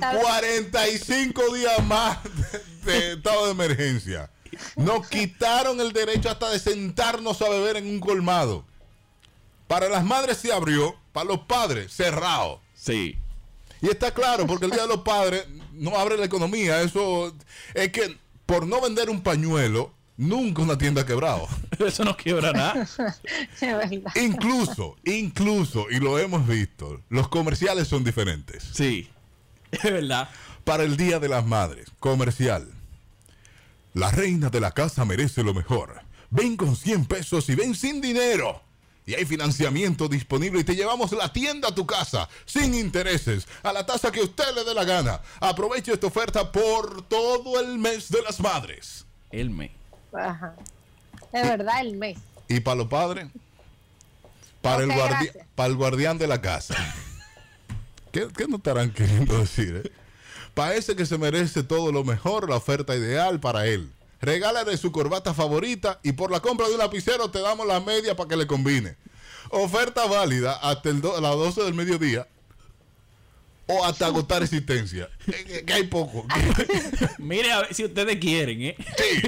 45 días más de estado de emergencia. Nos quitaron el derecho hasta de sentarnos a beber en un colmado. Para las madres se abrió, para los padres cerrado.
Sí.
Y está claro, porque el Día de los Padres no abre la economía. Eso es que por no vender un pañuelo, nunca una tienda ha quebrado.
Eso no quiebra nada.
Incluso, y lo hemos visto, los comerciales son diferentes.
Sí, es verdad.
Para el Día de las Madres, comercial. La reina de la casa merece lo mejor. Ven con 100 pesos y ven sin dinero. Y hay financiamiento disponible y te llevamos la tienda a tu casa, sin intereses, a la tasa que a usted le dé la gana. Aproveche esta oferta por todo el mes de las madres.
El mes.
Ajá. Es verdad, el mes.
Y para los padres, para el guardián de la casa. ¿Qué no estarán queriendo decir? Para ese que se merece todo lo mejor, la oferta ideal para él. Regálale su corbata favorita y por la compra de un lapicero te damos la media para que le combine. Oferta válida hasta las 12 del mediodía o hasta agotar existencia. Que hay poco.
Mire a ver si ustedes quieren, ¿eh?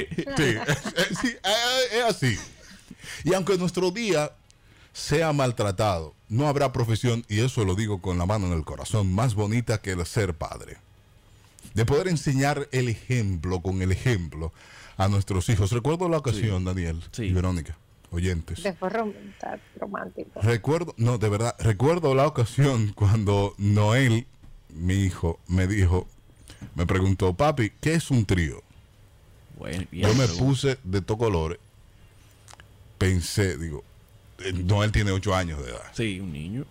Sí, es así. Y aunque nuestro día sea maltratado, no habrá profesión, y eso lo digo con la mano en el corazón, más bonita que el ser padre. De poder enseñar el ejemplo con el ejemplo a nuestros hijos. Recuerdo la ocasión, Daniel y Verónica, oyentes.
De forma romántico.
Recuerdo la ocasión cuando Noel, mi hijo, me preguntó, papi, ¿qué es un trío?
Bueno, bien,
yo me puse de todos colores. Pensé, digo, Noel tiene 8 años de edad.
Sí, un niño.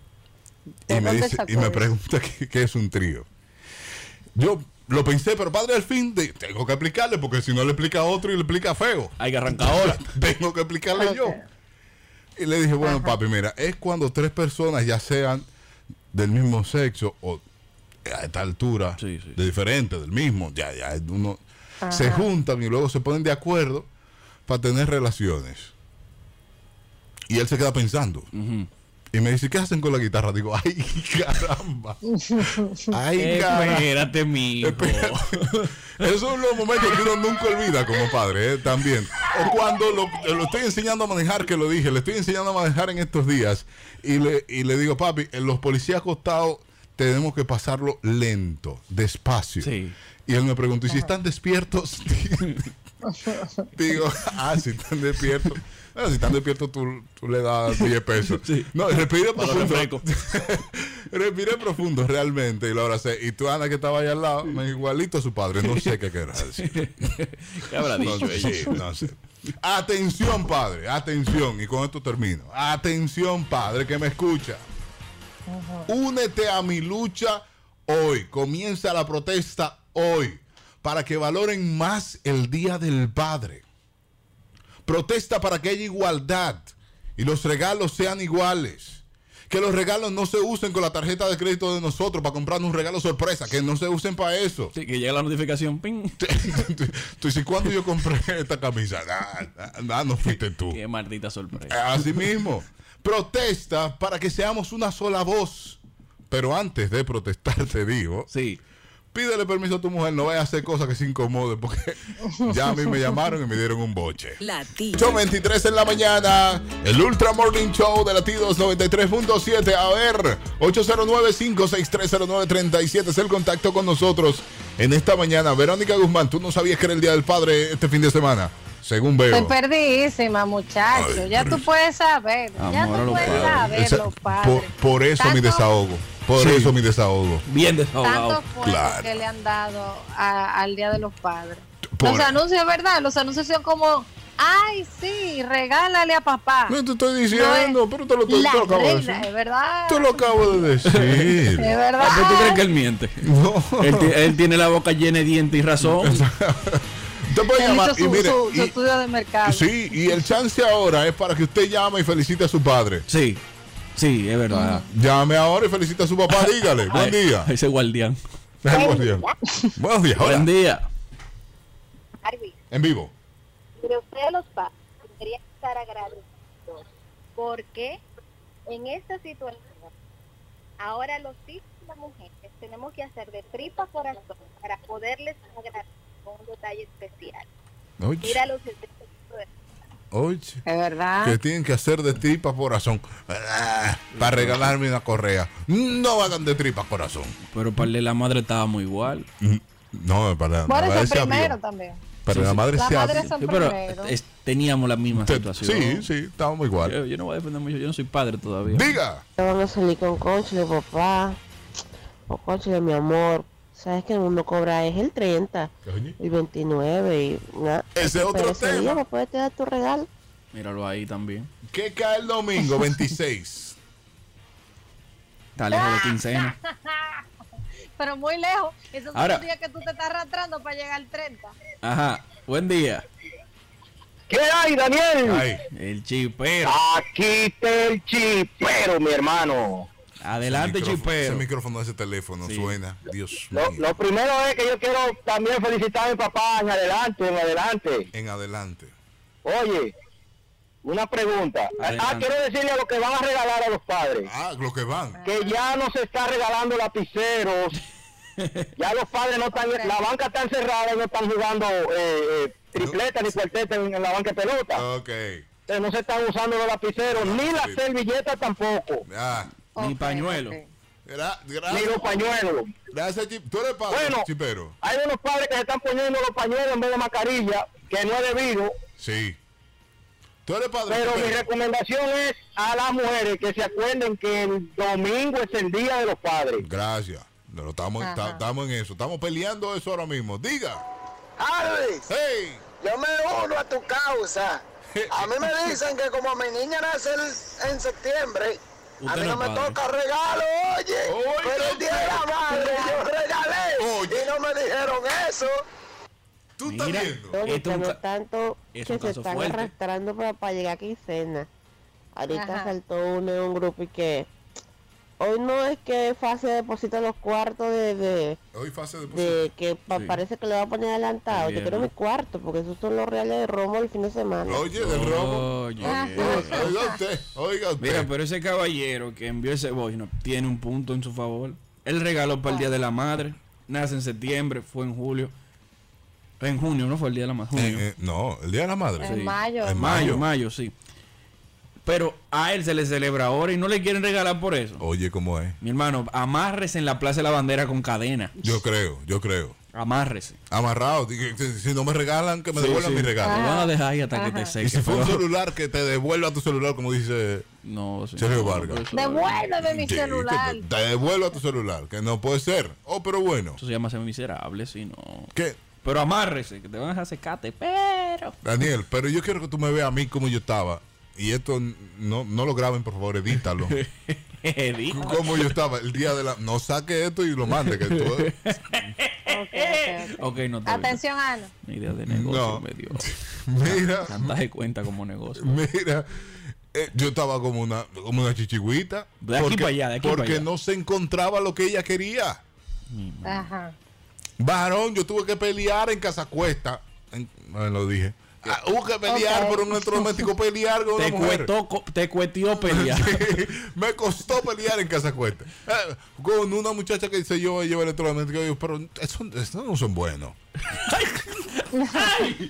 Y me pregunta qué es un trío. Yo lo pensé, pero padre, al fin tengo que explicarle, porque si no le explica a otro y le explica feo.
Hay que arrancar ahora.
Tengo que explicarle yo. Y le dije, bueno, papi, mira, es cuando 3 personas, ya sean del mismo sexo o a esta altura, de diferente, del mismo, ya uno se juntan y luego se ponen de acuerdo para tener relaciones. Y él se queda pensando. Y me dice, ¿qué hacen con la guitarra? Digo, ¡ay, caramba! ¡Ay, caramba!
Espérate, mijo.
Esos son los momentos que uno nunca olvida como padre, también. O cuando lo estoy enseñando a manejar, que lo dije, le estoy enseñando a manejar en estos días. Y le digo, papi, en los policías acostados tenemos que pasarlo lento, despacio.
Sí.
Y él me preguntó, ¿y si están despiertos? Digo, si están despiertos. Bueno, si están despiertos, tú le das 10 pesos. Sí. No, respire profundo. Respire profundo, realmente. Y lo abracé. Y tú, Ana, que estaba ahí al lado, me igualito a su padre. No sé qué querrá decir.
¿Qué habrá dicho ella?
No sé. Atención, padre. Atención. Y con esto termino. Atención, padre, que me escucha. Únete a mi lucha hoy. Comienza la protesta hoy. Para que valoren más el Día del Padre. Protesta para que haya igualdad y los regalos sean iguales. Que los regalos no se usen con la tarjeta de crédito de nosotros para comprarnos un regalo sorpresa. Que no se usen para eso.
Sí, que llegue la notificación. ¡Ping!
Tú dices, ¿cuándo yo compré esta camisa? No fuiste tú.
Qué maldita sorpresa.
Así mismo. Protesta para que seamos una sola voz. Pero antes de protestar, te digo...
Sí.
Pídele permiso a tu mujer, no vaya a hacer cosas que se incomoden, porque ya a mí me llamaron y me dieron un boche.
Latidos.
8:23 en la mañana, el Ultra Morning Show de Latidos 93.7. A ver, 809-5630937 es el contacto con nosotros. En esta mañana, Verónica Guzmán, ¿tú no sabías que era el Día del Padre este fin de semana? Según veo.
Estoy perdidísima, muchacho.
Ay,
ya tú puedes saber. Ya tú puedes saber los padres.
Por eso mi desahogo. Por eso mi desahogo.
Bien desahogado.
Tantos puestos que le han dado al Día de los Padres. Los anuncios, ¿verdad? Los anuncios son como, ay, sí, regálale a papá.
No te estoy diciendo, pero te lo acabo de decir.
Es verdad.
Te lo acabo de decir.
Es verdad.
¿Pero tú crees que él miente?
No.
Él tiene la boca llena de dientes y razón.
Usted puede llamar
y mire, su estudio de mercado.
Sí, y el chance ahora es para que usted llame y felicite a su padre.
Sí, es verdad.
Llame ahora y felicite a su papá, dígale. Buen día.
Ese guardián.
Buenos días. Buenos días.
Buen día.
En vivo.
Pero ustedes los padres deberían estar agradecidos porque en esta situación ahora los hijos y las mujeres tenemos que hacer de tripa corazón para poderles agradecer con un detalle especial.
Oye.
Mira los
Oye,
es verdad.
que tienen que hacer de tripa corazón para regalarme una correa. No hagan de tripa corazón.
Pero para la madre estábamos igual.
No, para la
madre
madre
primero también.
Pero la madre
la
se
madre son
pero
primero.
teníamos la misma situación.
Sí, estábamos igual.
Yo no voy a defender mucho, yo no soy padre todavía.
Diga.
Van a salir con Conchile, papá. O Conchile, mi amor. Sabes que el mundo cobra es el 30, el 29 y nada.
Ese es otro
ese
tema.
día me puedes dar tu regalo.
Míralo ahí también.
¿Qué cae el domingo 26?
Está lejos de quincena.
Pero muy lejos. Esos son
Ahora,
los días que tú te estás arrastrando para llegar al 30.
Ajá, buen día.
¿Qué hay, Daniel?
Ay.
El chipero.
Aquí está el chipero, mi hermano.
Adelante, chipero.
Ese micrófono de ese teléfono suena. Dios mío.
Lo primero es que yo quiero también felicitar a mi papá en adelante.
En adelante.
Oye, una pregunta. Quiero decirle a los que van a regalar a los padres.
Los que van.
Que ya no se está regalando lapiceros. Ya los padres no están, la banca está encerrada y no están jugando tripleta ni cuarteta en la banca de pelota.
Ok.
Entonces no se están usando los lapiceros, ni las servilletas tampoco.
Ni pañuelo.
Gracias.
Ni los pañuelos.
Gracias, tú eres padre,
bueno,
chipero.
Hay unos padres que se están poniendo los pañuelos en vez de mascarilla, que no es debido.
Sí. Tú eres padre.
Pero
chipero.
mi recomendación es a las mujeres que se acuerden que el domingo es el día de los padres.
Gracias. No, estamos en eso. Estamos peleando eso ahora mismo. Diga.
Alvis,
hey.
Yo me uno a tu causa. A mí me dicen que como mi niña nace en septiembre, a mí no me toca regalo, oye. Pero el día de la madre yo regalé y no me dijeron eso.
¿Tú estás viendo?
No tanto que se están arrastrando para llegar a quincena. Ahorita saltó uno en un grupo y que hoy no es que Fase deposita los cuartos
hoy Fase
de que parece que le va a poner adelantado. Yo quiero mi cuarto porque esos son los reales de Romo el fin de semana.
Oye, del Romo. Oiga usted.
Mira, pero ese caballero que envió ese voice no tiene un punto en su favor. Él regaló para el Día de la Madre. Nace en septiembre, fue en julio. En junio, ¿no fue el Día de la Madre?
No, el Día de la Madre.
En mayo.
En
mayo, sí. Pero a él se le celebra ahora y no le quieren regalar por eso.
Oye, ¿cómo es?
Mi hermano, amárrese en la Plaza de la Bandera con cadena.
Yo creo.
Amárrese.
Amarrado. Si no me regalan, que me devuelvan mi regalo.
Te van a dejar ahí hasta que te seque.
Y si fue un celular, que te devuelva tu celular, como dice Sergio Vargas.
Devuélveme mi celular.
Te devuelva tu celular, que no puede ser. Pero bueno.
Eso se llama ser miserable, si no.
¿Qué?
Pero amárrese, que te van a dejar secate, pero...
Daniel, pero yo quiero que tú me veas a mí como yo estaba. Y esto no lo graben, por favor, edítalo. Como yo estaba el día de la... No saque esto y lo mande. Que tú...
Okay, no te
atención, Ana.
Mi idea de negocio me dio.
Mira.
Chantaje cuenta como negocio.
Mira. Yo estaba como una chichigüita.
De aquí para allá,
porque no se encontraba lo que ella quería.
Ajá.
Varón, yo tuve que pelear en Casa Cuesta. No lo dije. Hubo que pelear por un electrodoméstico, pelear con una mujer.
Te cuestió pelear.
Me costó pelear en Casa Cuesta. Con una muchacha que dice yo llevo electrodoméstico. Pero eso no son buenos.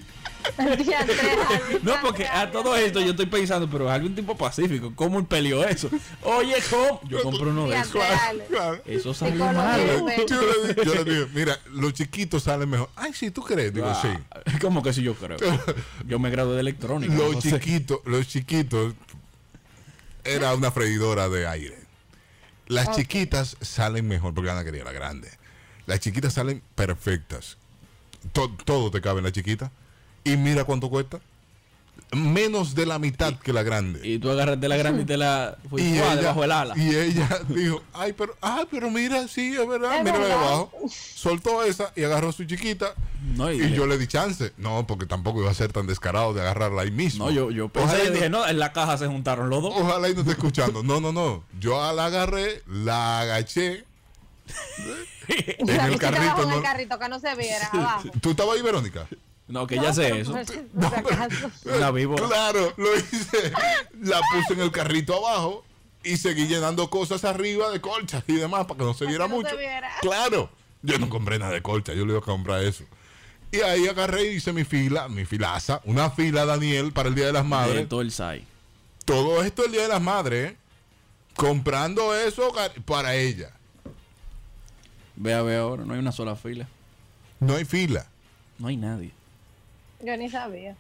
No, porque a todo esto yo estoy pensando, pero es algún tipo pacífico. ¿Cómo él peleó eso? Oye, ¿cómo? Yo compro uno de esos.
Claro.
Eso salió malo.
Yo le dije, mira, los chiquitos salen mejor. Ay, sí, ¿tú crees? Digo, sí.
¿Cómo que sí yo creo? Yo me gradué de electrónica.
Los chiquitos era una freidora de aire. Las chiquitas salen mejor, porque Ana quería la grande. Las chiquitas salen perfectas. Todo te cabe en la chiquita. Y mira cuánto cuesta. Menos de la mitad que la grande.
Y tú agarraste la grande y te la fuiste debajo del ala.
Y ella dijo, pero mira, sí, es verdad. Mira debajo. Soltó esa y agarró su chiquita. No, y yo le di chance. No, porque tampoco iba a ser tan descarado de agarrarla ahí mismo.
No, yo pensé y dije, no, en la caja se juntaron los dos.
Ojalá y no esté escuchando. No. Yo la agarré, la agaché.
En el carrito. En el carrito, que no se viera abajo.
¿Tú estabas ahí, Verónica?
No, que ya sé eso.
La víbora. Claro, lo hice. La puse en el carrito abajo y seguí llenando cosas arriba de colchas y demás para que no se viera mucho. Claro, yo no compré nada de colcha, yo le iba a comprar eso. Y ahí agarré y hice mi filaza, una fila, Daniel, para el Día de las Madres.
Todo el SAI.
Todo esto el Día de las Madres, comprando eso para ella.
Ve ahora, no hay una sola fila.
No hay fila.
No hay nadie.
Yo ni sabía.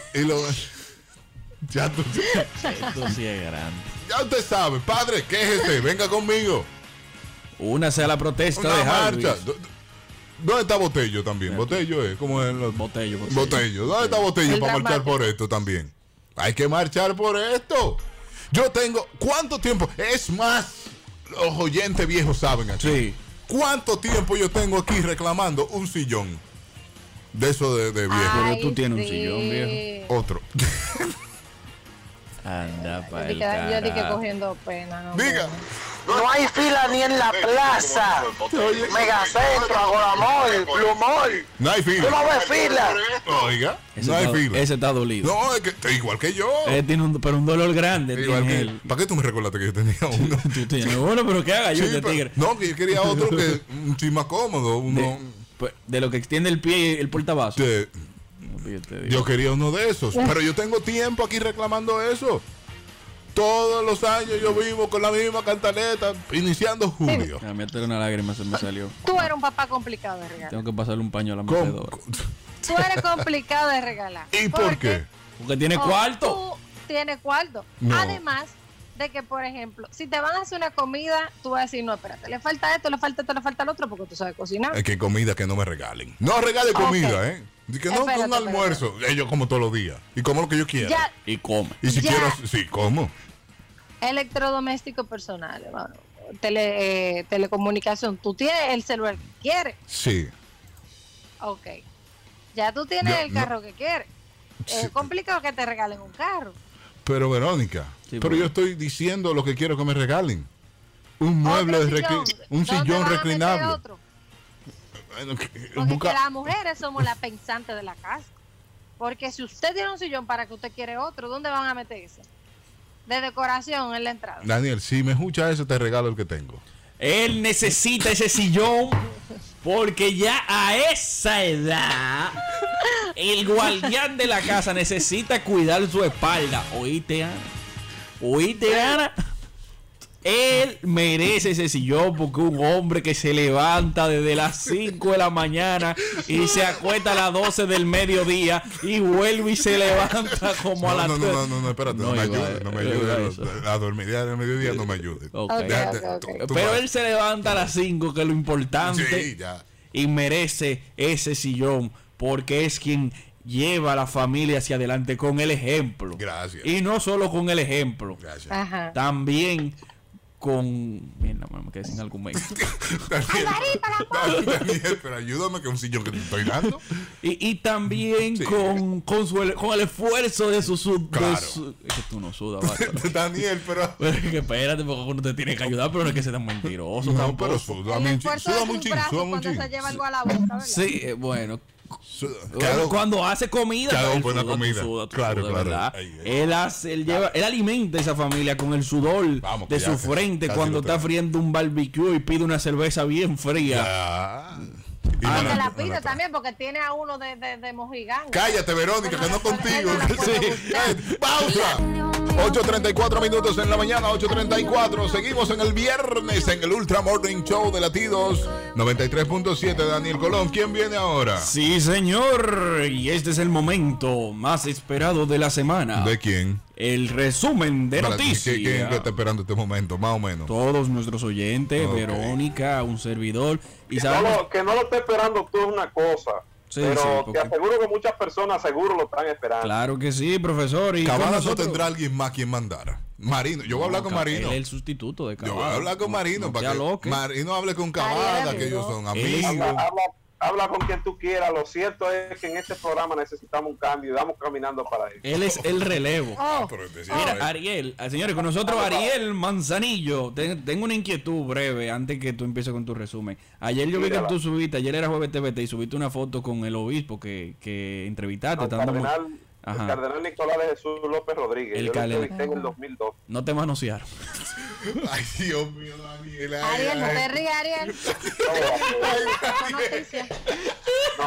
Ya tú
Esto sí es grande.
Ya usted sabe, padre, quéjese, venga conmigo.
Únase a la protesta
una
de
marcha. ¿Dónde está Botello también? Botello es como en los...
Botello.
¿Dónde está Botello para marchar por esto también? Hay que marchar por esto. Yo tengo... ¿Cuánto tiempo? Es más, los oyentes viejos saben aquí.
Sí.
¿Cuánto tiempo yo tengo aquí reclamando un sillón? De eso de viejo.
Pero tú tienes un sillón, viejo.
Otro.
Anda para el
Yo dije cogiendo pena. No,
diga.
No hay fila ni en la plaza. Megacentro, Agoramol, Plumol.
No hay fila.
Tú no ves fila.
Oiga, no hay fila.
Ese está dolido.
No, es que igual que yo.
Tiene un dolor grande.
Igual que él. ¿Para qué tú me recordaste que yo tenía uno?
Tú tienes uno, pero ¿qué haga yo de tigre?
No, que yo quería otro que un chis más cómodo. Uno...
De lo que extiende el pie y el portabazo.
Yo quería uno de esos. Pero yo tengo tiempo aquí reclamando eso. Todos los años yo vivo con la misma cantaleta, iniciando julio.
A mí una lágrima se me salió.
Tú eres un papá complicado de regalar.
Tengo que pasarle un paño a la mecedora.
Tú eres complicado de regalar.
¿Y por qué?
Porque tiene cuarto.
Tú tienes cuarto. No. Además de que, por ejemplo, si te van a hacer una comida, tú vas a decir, no, espérate, le falta esto, le falta el otro, porque tú sabes cocinar.
Es que comida que no me regalen. No regale comida, Que no con un almuerzo. Yo como todos los días. Y como lo que yo quiera.
Ya.
Y come.
Y si quiero, sí, como.
Electrodoméstico personal, hermano. Telecomunicación. ¿Tú tienes el celular que quieres?
Sí.
Ok. Ya tú tienes el carro que quieres. Es complicado que te regalen un carro.
Pero Verónica, yo estoy diciendo lo que quiero que me regalen. Un mueble un sillón reclinable.
Porque las mujeres somos las pensantes de la casa. Porque si usted tiene un sillón para que usted quiere otro, ¿dónde van a meterse? De decoración en la entrada.
Daniel, si me escucha eso, te regalo el que tengo.
Él necesita ese sillón porque ya a esa edad el guardián de la casa necesita cuidar su espalda. ¿Oíste, Ana? Él merece ese sillón porque un hombre que se levanta desde las 5 de la mañana y se acuesta a las 12 del mediodía y vuelve y se levanta como a las 3.
No, espérate, no me ayude. La dormidera del mediodía no me ayude.
Okay. Pero él se levanta a las 5, que es lo importante.
Sí, ya.
Y merece ese sillón porque es quien lleva a la familia hacia adelante con el ejemplo.
Gracias.
Y no solo con el ejemplo.
Gracias.
Ajá.
También con... Mira, me quedé sin argumento.
Daniel, pero ayúdame que es un sillón que te estoy dando.
Y también con el esfuerzo de su...
Claro.
Es que tú no sudas, basta.
Daniel, pero...
Pero es que espérate, porque uno te tiene que ayudar, pero no es que sea tan mentiroso.
No,
tampoco.
pero suda muchísimo.
Cuando se lleva algo a la boca, ¿verdad?
Sí, bueno...
Claro,
cuando hace comida,
buena comida. Claro.
¿verdad?
Ahí.
Él alimenta a esa familia con el sudor de su frente cuando está friendo un barbecue y pide una cerveza bien fría.
Y que la pide también porque tiene a uno de mojiganga.
Cállate, Verónica, que no contigo. Pausa. 8:34 minutos en la mañana, 8:34. Seguimos en el viernes en el Ultra Morning Show de Latidos 93.7. Daniel Colón, ¿quién viene ahora?
Sí, señor. Y este es el momento más esperado de la semana.
¿De quién?
El resumen de noticias.
¿Quién está esperando este momento, más o menos?
Todos nuestros oyentes, okay. Verónica, un servidor. Y
que no lo esté esperando tú es una cosa. Sí, pero te aseguro que muchas personas seguro lo están esperando.
Claro que sí, profesor. Y
Cabanas no tendrá alguien más quien mandar. Marino, yo voy a hablar con Marino.
Él es el sustituto de Cabanas.
Yo voy a hablar con Marino para que Marino hable con Cabanas, que ellos son amigos.
Habla con quien tú quieras. Lo cierto es que en este programa necesitamos un cambio y vamos caminando para eso.
Él es el relevo. Mira, Ariel, señores, con nosotros Ariel Manzanillo. Tengo una inquietud breve antes que tú empieces con tu resumen. Ayer yo vi que tú subiste, ayer era jueves TVT y subiste una foto con el obispo que entrevistaste.
El cardenal Nicolás de Jesús López Rodríguez. Yo lo entrevisté en el 2002.
No te manosearon.
Ay, Dios mío, Daniel.
Ariel, no te rías, Ariel.
No.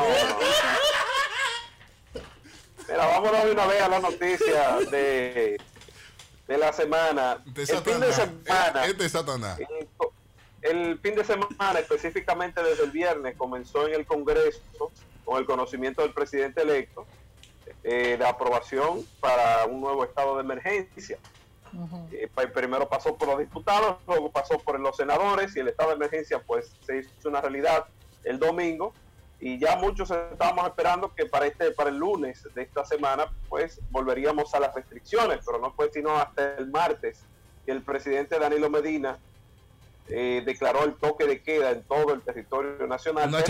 Mira, vámonos de una vez a la noticia de la semana.
El fin de semana. Este es Satanás.
El fin de semana, específicamente desde el viernes, comenzó en el Congreso con el conocimiento del presidente electo de aprobación para un nuevo estado de emergencia. Primero pasó por los diputados, luego pasó por los senadores y el estado de emergencia pues se hizo una realidad el domingo y ya muchos estábamos esperando que para el lunes de esta semana pues volveríamos a las restricciones, pero no fue sino hasta el martes que el presidente Danilo Medina declaró el toque de queda en todo el territorio nacional.
Una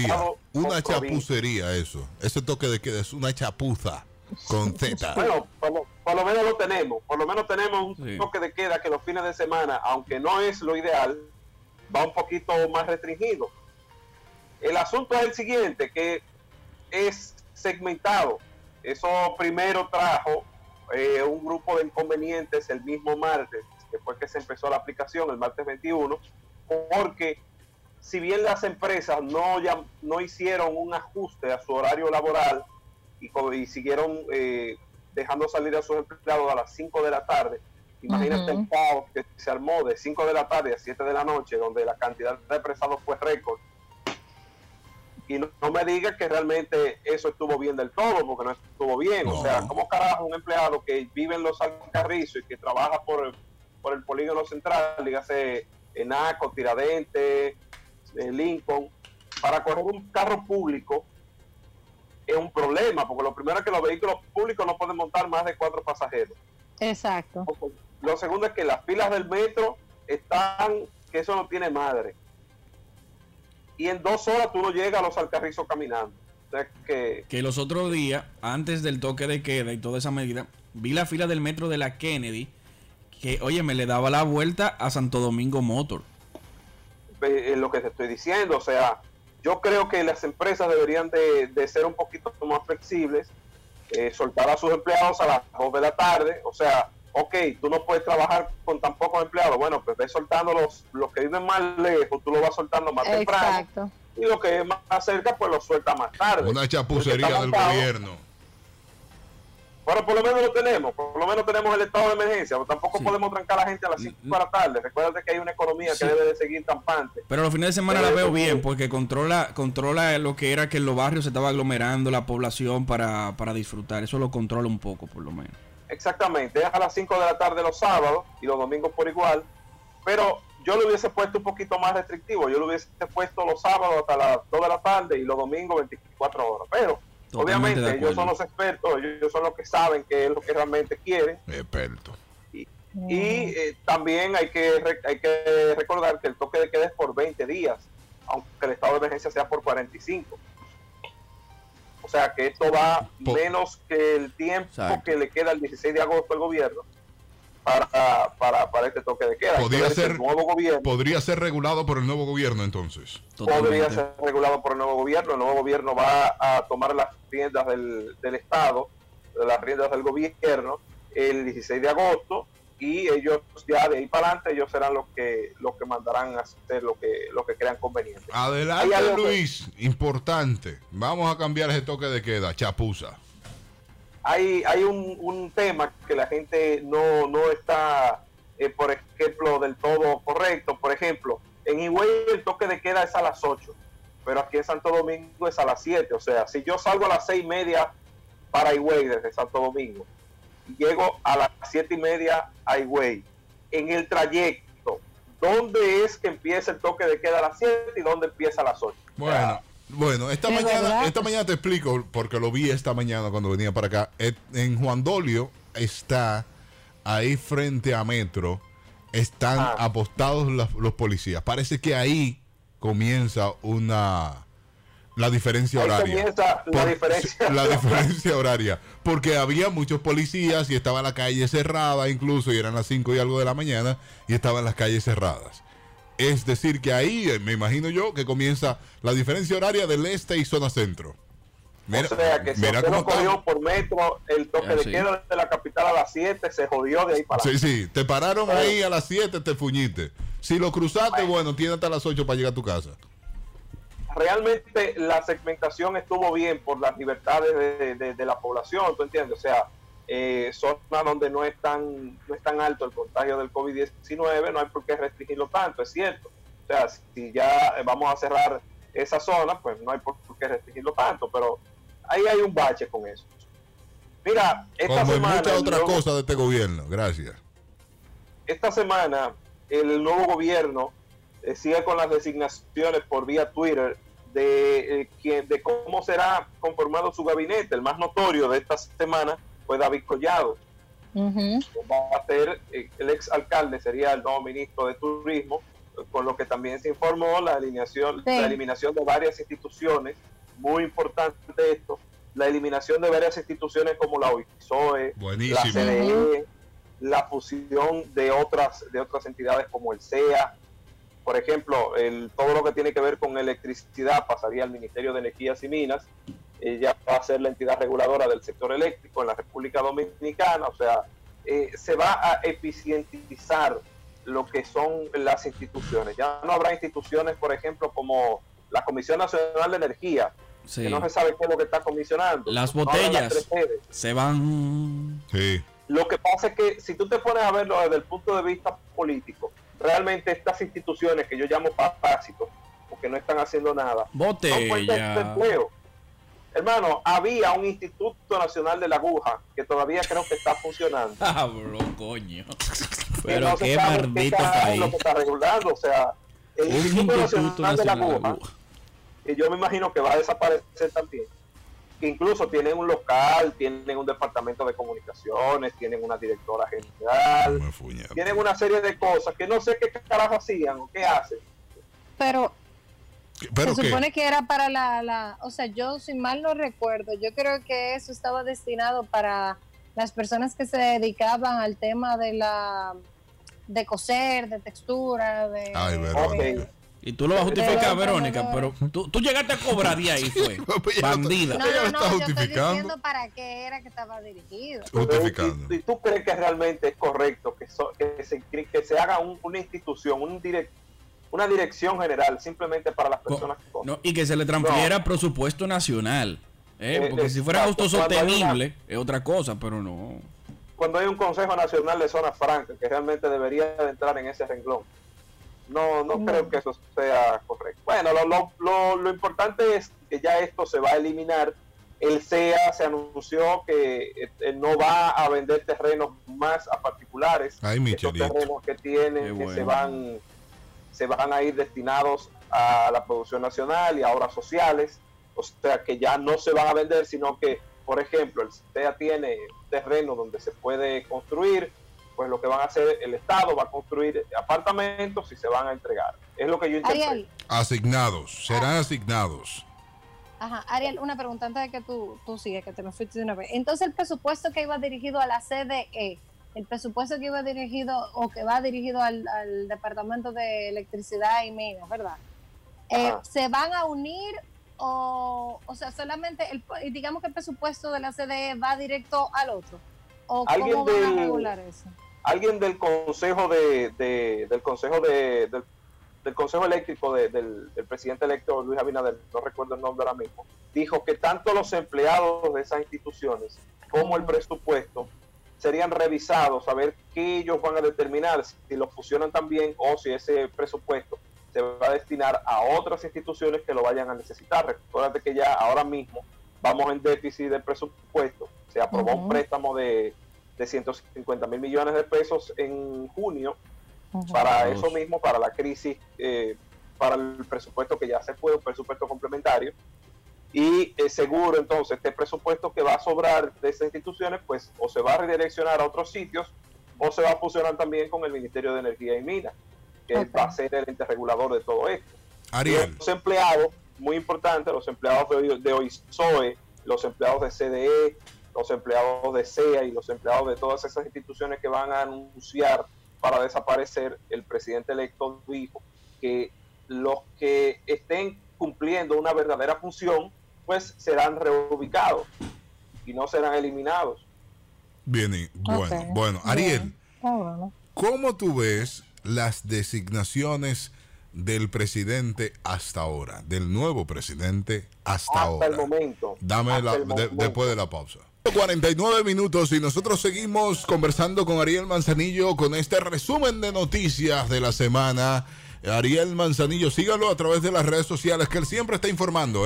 chapucería eso. Ese toque de queda es una chapuza con Z.
Bueno, por lo menos lo tenemos. Por lo menos tenemos un toque de queda que los fines de semana, aunque no es lo ideal, va un poquito más restringido. El asunto es el siguiente, que es segmentado. Eso primero trajo un grupo de inconvenientes el mismo martes, que fue que se empezó la aplicación el martes 21, porque si bien las empresas no hicieron un ajuste a su horario laboral y siguieron dejando salir a sus empleados a las 5 de la tarde, imagínate el caos que se armó de 5 de la tarde a 7 de la noche, donde la cantidad de apresados fue récord. Y no me digas que realmente eso estuvo bien del todo, porque no estuvo bien. No. O sea, ¿cómo carajo un empleado que vive en Los Alcarrizos y que trabaja por el polígono central, dígase Naco, Tiradentes, Lincoln, para correr un carro público es un problema, porque lo primero es que los vehículos públicos no pueden montar más de 4 pasajeros.
Exacto.
Lo segundo es que las filas del metro están, que eso no tiene madre. Y en 2 horas tú no llegas a Los Alcarrizos caminando. O sea que
los otros días, antes del toque de queda y toda esa medida, vi la fila del metro de la Kennedy, que, oye, me le daba la vuelta a Santo Domingo Motor.
Es lo que te estoy diciendo, o sea, yo creo que las empresas deberían de ser un poquito más flexibles, soltar a sus empleados a las 2 de la tarde, o sea, ok, tú no puedes trabajar con tan pocos empleados, bueno, pues ves soltando los que viven más lejos, tú lo vas soltando más temprano, y lo que es más cerca, pues lo suelta más tarde.
Una chapucería del gobierno.
Bueno, por lo menos lo tenemos, por lo menos tenemos el estado de emergencia, pero tampoco podemos trancar a la gente a las 5 de la tarde. Recuerda que hay una economía que debe de seguir campante.
Pero los fines de semana la veo bien, porque controla lo que era que en los barrios se estaba aglomerando la población para disfrutar. Eso lo controla un poco, por lo menos.
Exactamente, es a las 5 de la tarde los sábados y los domingos por igual, pero yo lo hubiese puesto un poquito más restrictivo. Yo lo hubiese puesto los sábados hasta las 2 de la tarde y los domingos 24 horas, pero totalmente obviamente ellos son los expertos, ellos son los que saben qué es lo que realmente quieren.
Experto.
Y también hay que recordar que el toque de queda es por 20 días, aunque el estado de emergencia sea por 45. O sea que esto va menos que el tiempo que le queda el 16 de agosto al gobierno para este toque de queda.
Podría ser regulado por el nuevo gobierno entonces.
Podría ser regulado por el nuevo gobierno. El nuevo gobierno va a tomar las riendas del Estado, las riendas del gobierno, el 16 de agosto y ellos ya de ahí para adelante ellos serán los que mandarán a hacer lo que crean conveniente.
Adelante, Luis, importante. Vamos a cambiar ese toque de queda, chapuza.
Hay un tema que la gente no está, por ejemplo, del todo correcto. Por ejemplo, en Higüey el toque de queda es a las 8, pero aquí en Santo Domingo es a las 7. O sea, si yo salgo a las 6:30 para Higüey desde Santo Domingo, llego a las 7:30 a Higüey, en el trayecto, ¿dónde es que empieza el toque de queda a las 7 y dónde empieza a las 8?
Bueno, esta mañana te explico, porque lo vi esta mañana cuando venía para acá. En Juan Dolio está ahí frente a Metro, están apostados los policías. Parece que ahí comienza la diferencia horaria. La diferencia horaria. Porque había muchos policías y estaba la calle cerrada, incluso, y eran las 5 y algo de la mañana, y estaban las calles cerradas. Es decir, que ahí me imagino yo que comienza la diferencia horaria del este y zona centro.
Mira, o sea que si usted no cogió por metro el toque de queda de la capital a las 7, se jodió de ahí para adelante.
Sí, te pararon ahí a las 7, te fuñiste. Si lo cruzaste, bueno, tienes hasta las 8 para llegar a tu casa.
Realmente la segmentación estuvo bien por las libertades de la población, ¿tú entiendes? O sea, zonas donde no es tan alto el contagio del COVID-19, no hay por qué restringirlo tanto, es cierto. O sea, si ya vamos a cerrar esa zona, pues no hay por qué restringirlo tanto, pero ahí hay un bache con eso. Mira, esta
como
semana...
muchas otras cosas de este gobierno, gracias.
Esta semana el nuevo gobierno sigue con las designaciones por vía Twitter de cómo será conformado su gabinete. El más notorio de esta semana fue David Collado. Va a ser el ex alcalde, sería el nuevo ministro de Turismo, con lo que también se informó la eliminación de varias instituciones. Muy importante esto, la eliminación de varias instituciones como la OISOE, la CDE, la fusión de otras entidades como el CEA. Por ejemplo, todo lo que tiene que ver con electricidad pasaría al Ministerio de Energías y Minas. Ella va a ser la entidad reguladora del sector eléctrico en la República Dominicana. O sea, se va a eficientizar lo que son las instituciones. Ya no habrá instituciones, por ejemplo, como la Comisión Nacional de Energía, que no se sabe qué es lo que está comisionando.
Las botellas se van...
Sí.
Lo que pasa es que si tú te pones a verlo desde el punto de vista político, realmente estas instituciones que yo llamo parásitos, porque no están haciendo nada,
botella.
Hermano, había un Instituto Nacional de la Aguja que todavía creo que está funcionando.
Bro, coño. Pero
no
qué maldito país.
Lo que está regulando, o sea, el Instituto Nacional de la Aguja, que yo me imagino que va a desaparecer también. Que incluso tienen un local, tienen un departamento de comunicaciones, tienen una directora general, tienen una serie de cosas que no sé qué carajo hacían o qué hacen.
Pero se
¿qué?
supone que era para o sea, yo si mal no recuerdo, yo creo que eso estaba destinado para las personas que se dedicaban al tema de coser, de textura, de...
Ay, Verónica.
Y tú lo vas a justificar, Verónica, pero tú llegaste a cobrar de ahí, fue. Bandida.
No, yo estoy diciendo para qué era que estaba dirigido.
Justificando.
¿Y tú crees que realmente es correcto que se haga una institución, una dirección general simplemente para las personas que comen?
No, y que se le transfiera presupuesto nacional? Porque si fuera autosostenible es otra cosa, pero no.
Cuando hay un Consejo Nacional de Zonas Francas que realmente debería de entrar en ese renglón. No creo que eso sea correcto. Bueno, lo importante es que ya esto se va a eliminar. El CEA se anunció que no va a vender terrenos más a particulares. Estos terrenos que tienen que se van a ir destinados a la producción nacional y a obras sociales. O sea que ya no se van a vender, sino que, por ejemplo, el CEA tiene terreno donde se puede construir. Pues lo que van a hacer, el Estado va a construir apartamentos y se van a entregar. Es lo que yo interpreto.
Ariel.
Serán asignados.
Ajá, Ariel, una pregunta antes de que tú sigas, que te me fuiste de una vez. Entonces, el presupuesto que iba dirigido a la CDE, el presupuesto que iba dirigido o que va dirigido al Departamento de Electricidad y Minas, ¿verdad? ¿Se van a unir o sea, solamente, digamos que el presupuesto de la CDE va directo al otro? ¿O cómo van a regular eso?
alguien del consejo del consejo eléctrico del presidente electo Luis Abinader, no recuerdo el nombre ahora mismo, dijo que tanto los empleados de esas instituciones como el presupuesto serían revisados a ver qué ellos van a determinar, si lo fusionan también o si ese presupuesto se va a destinar a otras instituciones que lo vayan a necesitar. Recuérdate que ya ahora mismo vamos en déficit de presupuesto. Se aprobó un préstamo de 150 mil millones de pesos en junio para eso mismo, para la crisis, para el presupuesto que ya se fue, un presupuesto complementario. Y seguro entonces este presupuesto que va a sobrar de esas instituciones, pues o se va a redireccionar a otros sitios o se va a fusionar también con el Ministerio de Energía y Minas, que va a ser el ente regulador de todo esto.
Ariel.
Los empleados, muy importante, los empleados de OISOE, los empleados de CDE, los empleados de CEA y los empleados de todas esas instituciones que van a anunciar para desaparecer, el presidente electo dijo que los que estén cumpliendo una verdadera función, pues serán reubicados y no serán eliminados.
Bien, y bueno, Ariel, ¿cómo tú ves las designaciones del presidente hasta ahora, del nuevo presidente hasta ahora?
El momento.
Después de la pausa. 49 minutos y nosotros seguimos conversando con Ariel Manzanillo con este resumen de noticias de la semana. Ariel Manzanillo, sígalo a través de las redes sociales, que él siempre está informando,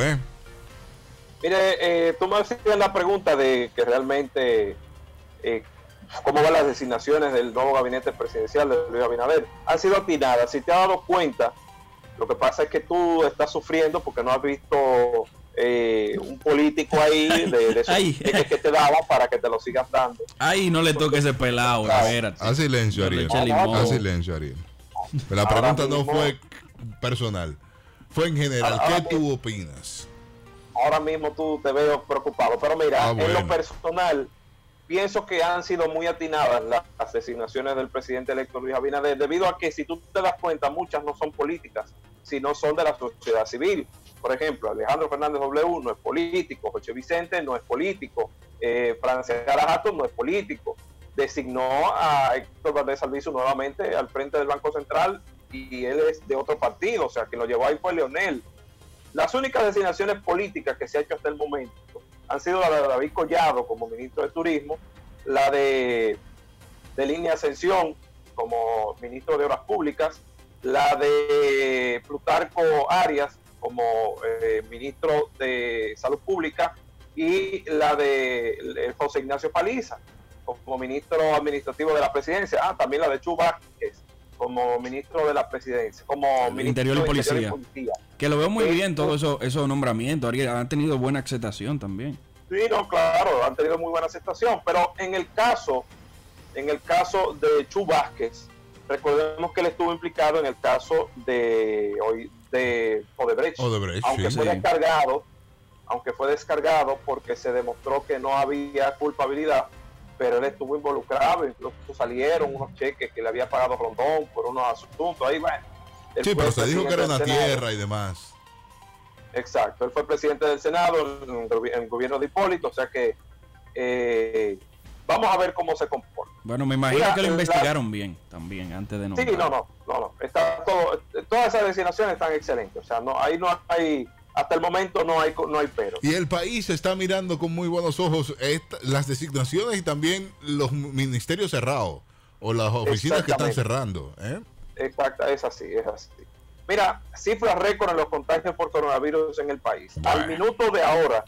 Mire, tú me hacías la pregunta de que realmente cómo van las designaciones del nuevo gabinete presidencial de Luis Abinader. Han sido atinadas. Si te has dado cuenta, lo que pasa es que tú estás sufriendo porque no has visto un político ahí de que te daba para que te lo sigas dando.
Ay, no le toque ese pelado.
Haz silencio, Ariel. Haz silencio, Ariel. La pregunta no fue personal, fue en general. ¿Qué tú opinas?
Ahora mismo tú te veo preocupado, pero mira, en lo personal, pienso que han sido muy atinadas las designaciones del presidente electo Luis Abinader, debido a que, si tú te das cuenta, muchas no son políticas, sino son de la sociedad civil. Por ejemplo, Alejandro Fernández W no es político, José Vicente no es político, Francia Garajato no es político. Designó a Héctor Valdés Albizu nuevamente al frente del Banco Central y él es de otro partido, o sea, que lo llevó ahí fue Leonel. Las únicas designaciones políticas que se ha hecho hasta el momento han sido la de David Collado como ministro de Turismo, la de Línea Ascensión como ministro de Obras Públicas, la de Plutarco Arias como ministro de Salud Pública y la de José Ignacio Paliza como ministro administrativo de la presidencia. También la de Chu Vázquez como ministro de la presidencia, como ministro
Interior y Policía.
Interior y Policía.
Que lo veo muy bien todos esos nombramientos. Han tenido buena aceptación también.
Sí, no, claro, han tenido muy buena aceptación, pero en el caso de Chu Vázquez, recordemos que él estuvo implicado en el caso de Odebrecht, aunque fue descargado porque se demostró que no había culpabilidad, pero él estuvo involucrado, incluso salieron unos cheques que le había pagado Rondón por unos asuntos ahí, bueno.
Sí, pero se dijo que era una tierra y demás.
Exacto, él fue presidente del Senado en el gobierno de Hipólito, o sea que vamos a ver cómo se comporta.
Bueno, me imagino que lo investigaron bien también antes de nombrar.
Sí, no, está todo, todas esas designaciones están excelentes, o sea, ahí no hay, hasta el momento no hay pero.
Y el país está mirando con muy buenos ojos las designaciones y también los ministerios cerrados o las oficinas que están cerrando.
Exacto, es así. Mira, cifras récord en los contagios por coronavirus en el país. Al minuto de ahora,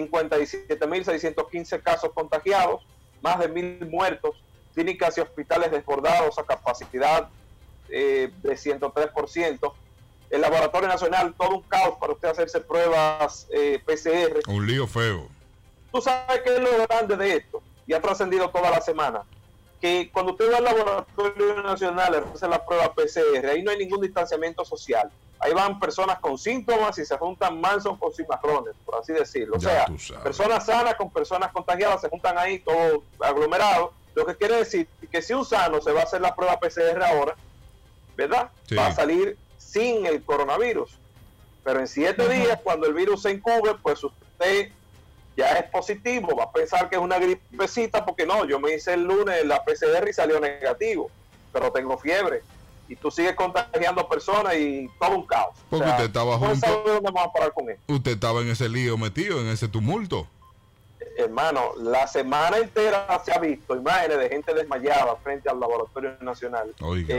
57.615 casos contagiados, más de 1.000 muertos, clínicas y hospitales desbordados a capacidad de 103%. El Laboratorio Nacional, todo un caos para usted hacerse pruebas PCR.
Un lío feo.
Tú sabes qué es lo grande de esto, y ha trascendido toda la semana, que cuando usted va al Laboratorio Nacional a hacer la prueba PCR, ahí no hay ningún distanciamiento social. Ahí van personas con síntomas y se juntan mansos con cimarrones, por así decirlo. O sea, personas sanas con personas contagiadas se juntan ahí todos aglomerados. Lo que quiere decir que si un sano se va a hacer la prueba PCR ahora, ¿verdad? Sí. Va a salir sin el coronavirus. Pero en 7 días, cuando el virus se incube, pues usted ya es positivo, va a pensar que es una gripecita porque no, yo me hice el lunes la PCR y salió negativo, pero tengo fiebre. Y tú sigues contagiando personas y todo un caos.
Porque usted estaba
no
junto.
sabe dónde vamos a parar con esto.
Usted estaba en ese lío metido, en ese tumulto.
Hermano, la semana entera se ha visto imágenes de gente desmayada frente al Laboratorio Nacional.
Oiga,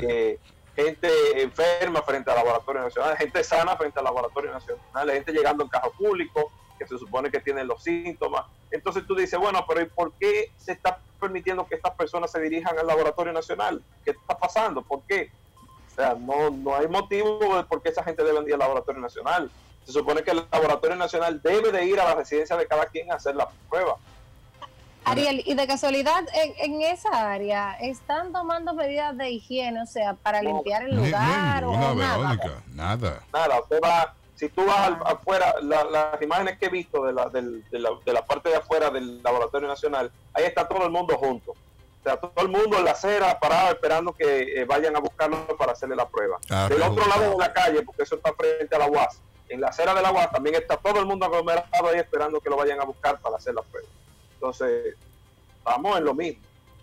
gente enferma frente al Laboratorio Nacional, gente sana frente al Laboratorio Nacional, gente llegando en caso público que se supone que tienen los síntomas. Entonces tú dices, bueno, pero ¿y por qué se está permitiendo que estas personas se dirijan al Laboratorio Nacional? ¿Qué está pasando? ¿Por qué? O sea, no hay motivo de por qué esa gente debe ir al Laboratorio Nacional. Se supone que el Laboratorio Nacional debe de ir a la residencia de cada quien a hacer la prueba.
Ariel, y de casualidad, en esa área, ¿están tomando medidas de higiene, o sea, para limpiar el lugar o nada?
Nada.
Nada, usted va, si tú vas afuera, las imágenes que he visto de la parte de afuera del Laboratorio Nacional, ahí está todo el mundo junto. O sea, todo el mundo en la acera parado esperando que vayan a buscarlo para hacerle la prueba. Del otro lado de la calle, porque eso está frente a la UAS, en la acera de la UAS también está todo el mundo aglomerado ahí esperando que lo vayan a buscar para hacer la prueba. Entonces, estamos en lo mismo.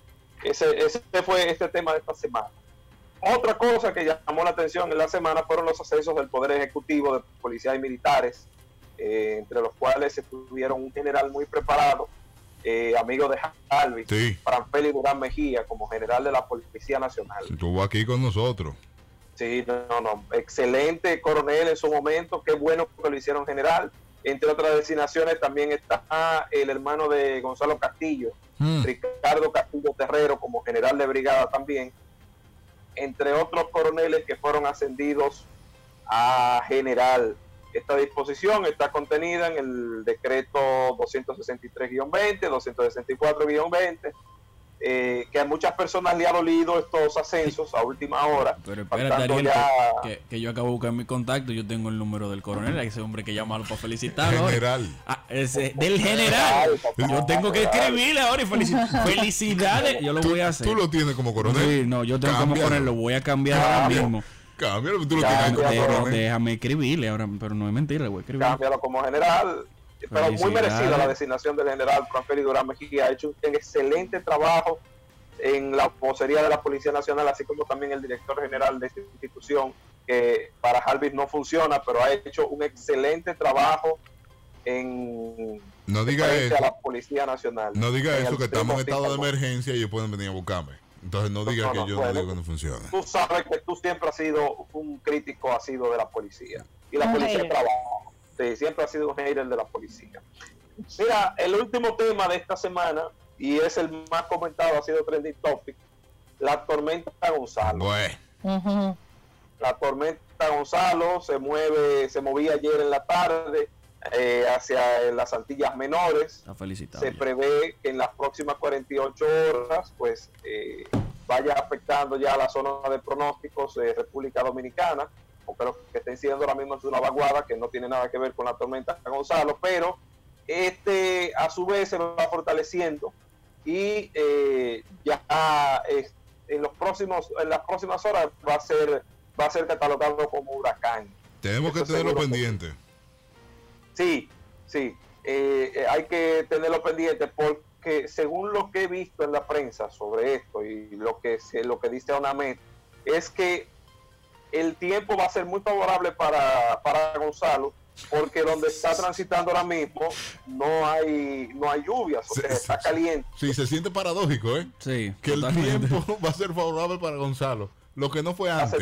Ese fue este tema de esta semana. Otra cosa que llamó la atención en la semana fueron los ascensos del Poder Ejecutivo de policías y militares, entre los cuales estuvieron un general muy preparado, amigo de Alvis,
sí,
Franfeli Durán Mejía, como general de la Policía Nacional.
Estuvo aquí con nosotros.
Sí, excelente coronel en su momento, qué bueno que lo hicieron general. Entre otras designaciones también está el hermano de Gonzalo Castillo, Ricardo Castillo Terrero, como general de brigada también, entre otros coroneles que fueron ascendidos a general. Esta disposición está contenida en el decreto 263-20, 264-20, que a muchas personas le ha dolido estos ascensos a última hora.
Pero espérate, Ariel, que yo acabo de buscar mi contacto, yo tengo el número del coronel, ese hombre que llamarlo para felicitarlo.
General.
Del general. Yo tengo que escribirle ahora y felicidades. Yo lo voy a hacer.
¿Tú lo tienes como coronel?
Sí, no, yo tengo como coronel, lo voy a cambiar ahora mismo.
Cámbialo, tú lo tienes como coronel.
Déjame escribirle ahora, pero no es mentira, le voy a escribir.
Cámbialo como general. Pero muy merecida la designación del general Franfeli Durán Mejía. Ha hecho un excelente trabajo en la vocería de la Policía Nacional, así como también el director general de esta institución, que para Alvis no funciona, pero ha hecho un excelente trabajo en
eso.
A la Policía Nacional.
No diga eso, que estamos en estado de emergencia y ellos pueden venir a buscarme. Entonces no diga que yo no digo que no funciona.
Tú sabes que tú siempre has sido un crítico asiduo de la policía. Y la policía trabaja. Sí, siempre ha sido un hater de la policía. Mira, el último tema de esta semana, y es el más comentado, ha sido trending topic, la tormenta Gonzalo.
Bueno.
La tormenta Gonzalo se movía ayer en la tarde hacia las Antillas Menores. Se prevé que en las próximas 48 horas pues vaya afectando ya la zona de pronósticos de República Dominicana, aunque lo que estén siendo ahora mismo es una vaguada que no tiene nada que ver con la tormenta Gonzalo, pero a su vez se va fortaleciendo y ya en las próximas horas va a ser catalogado como huracán.
Tenemos que tenerlo pendiente.
Sí, hay que tenerlo pendiente porque según lo que he visto en la prensa sobre esto y lo que dice ONAMED es que el tiempo va a ser muy favorable para Gonzalo, porque donde está transitando ahora mismo no hay lluvias, o sea, está caliente.
Sí, se siente paradójico, ¿eh?
Sí,
que totalmente. El tiempo va a ser favorable para Gonzalo, lo que no fue antes.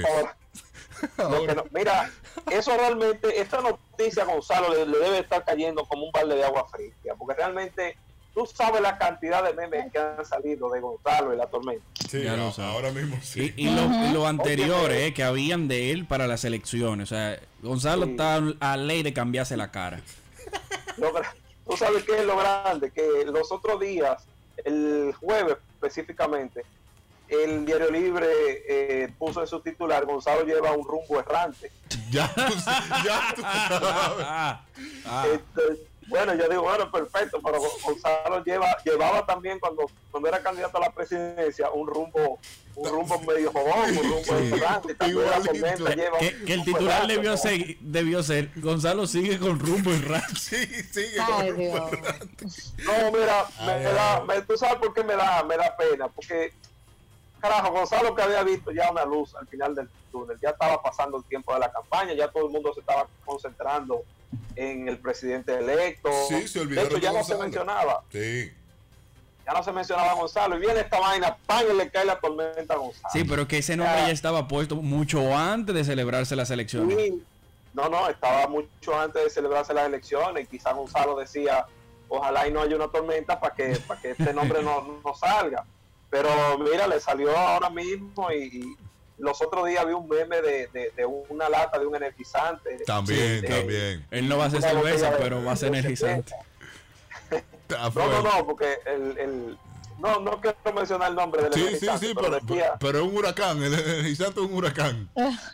Mira, eso realmente, esta noticia a Gonzalo le debe estar cayendo como un balde de agua fría, porque realmente tú sabes la cantidad de memes que han salido de Gonzalo y la tormenta.
Sí, ahora mismo sí.
Y los anteriores que habían de él para las elecciones. O sea, Gonzalo está a ley de cambiarse la cara.
Tú sabes qué es lo grande, que los otros días, el jueves específicamente, el Diario Libre puso en su titular: Gonzalo lleva un rumbo errante. Bueno, yo digo, bueno, perfecto, pero Gonzalo llevaba también cuando era candidato a la presidencia un rumbo medio jodón, un rumbo errante.
Que el titular debió ser Gonzalo sigue con rumbo errante.
Sí, sigue con rumbo errante.
No, mira, tú sabes por qué me da pena, porque carajo, Gonzalo que había visto ya una luz al final del túnel, ya estaba pasando el tiempo de la campaña, ya todo el mundo se estaba concentrando en el presidente electo.
Sí, se olvidó.
De hecho, ya no se mencionaba.
Sí.
Ya no se mencionaba a Gonzalo. Y viene esta vaina, ¡pam! Y le cae la tormenta a Gonzalo.
Sí, pero que ese nombre ya estaba puesto mucho antes de celebrarse las elecciones.
Sí. No, estaba mucho antes de celebrarse las elecciones. Y quizá Gonzalo decía, ojalá y no haya una tormenta para que este nombre no salga. Pero mira, le salió ahora mismo y los otros días vi un meme de una lata de un energizante.
También.
Él no va a hacer cerveza, pero va a ser energizante.
No, porque no quiero mencionar el nombre del energizante.
Sí, pero es un huracán, el energizante es un huracán.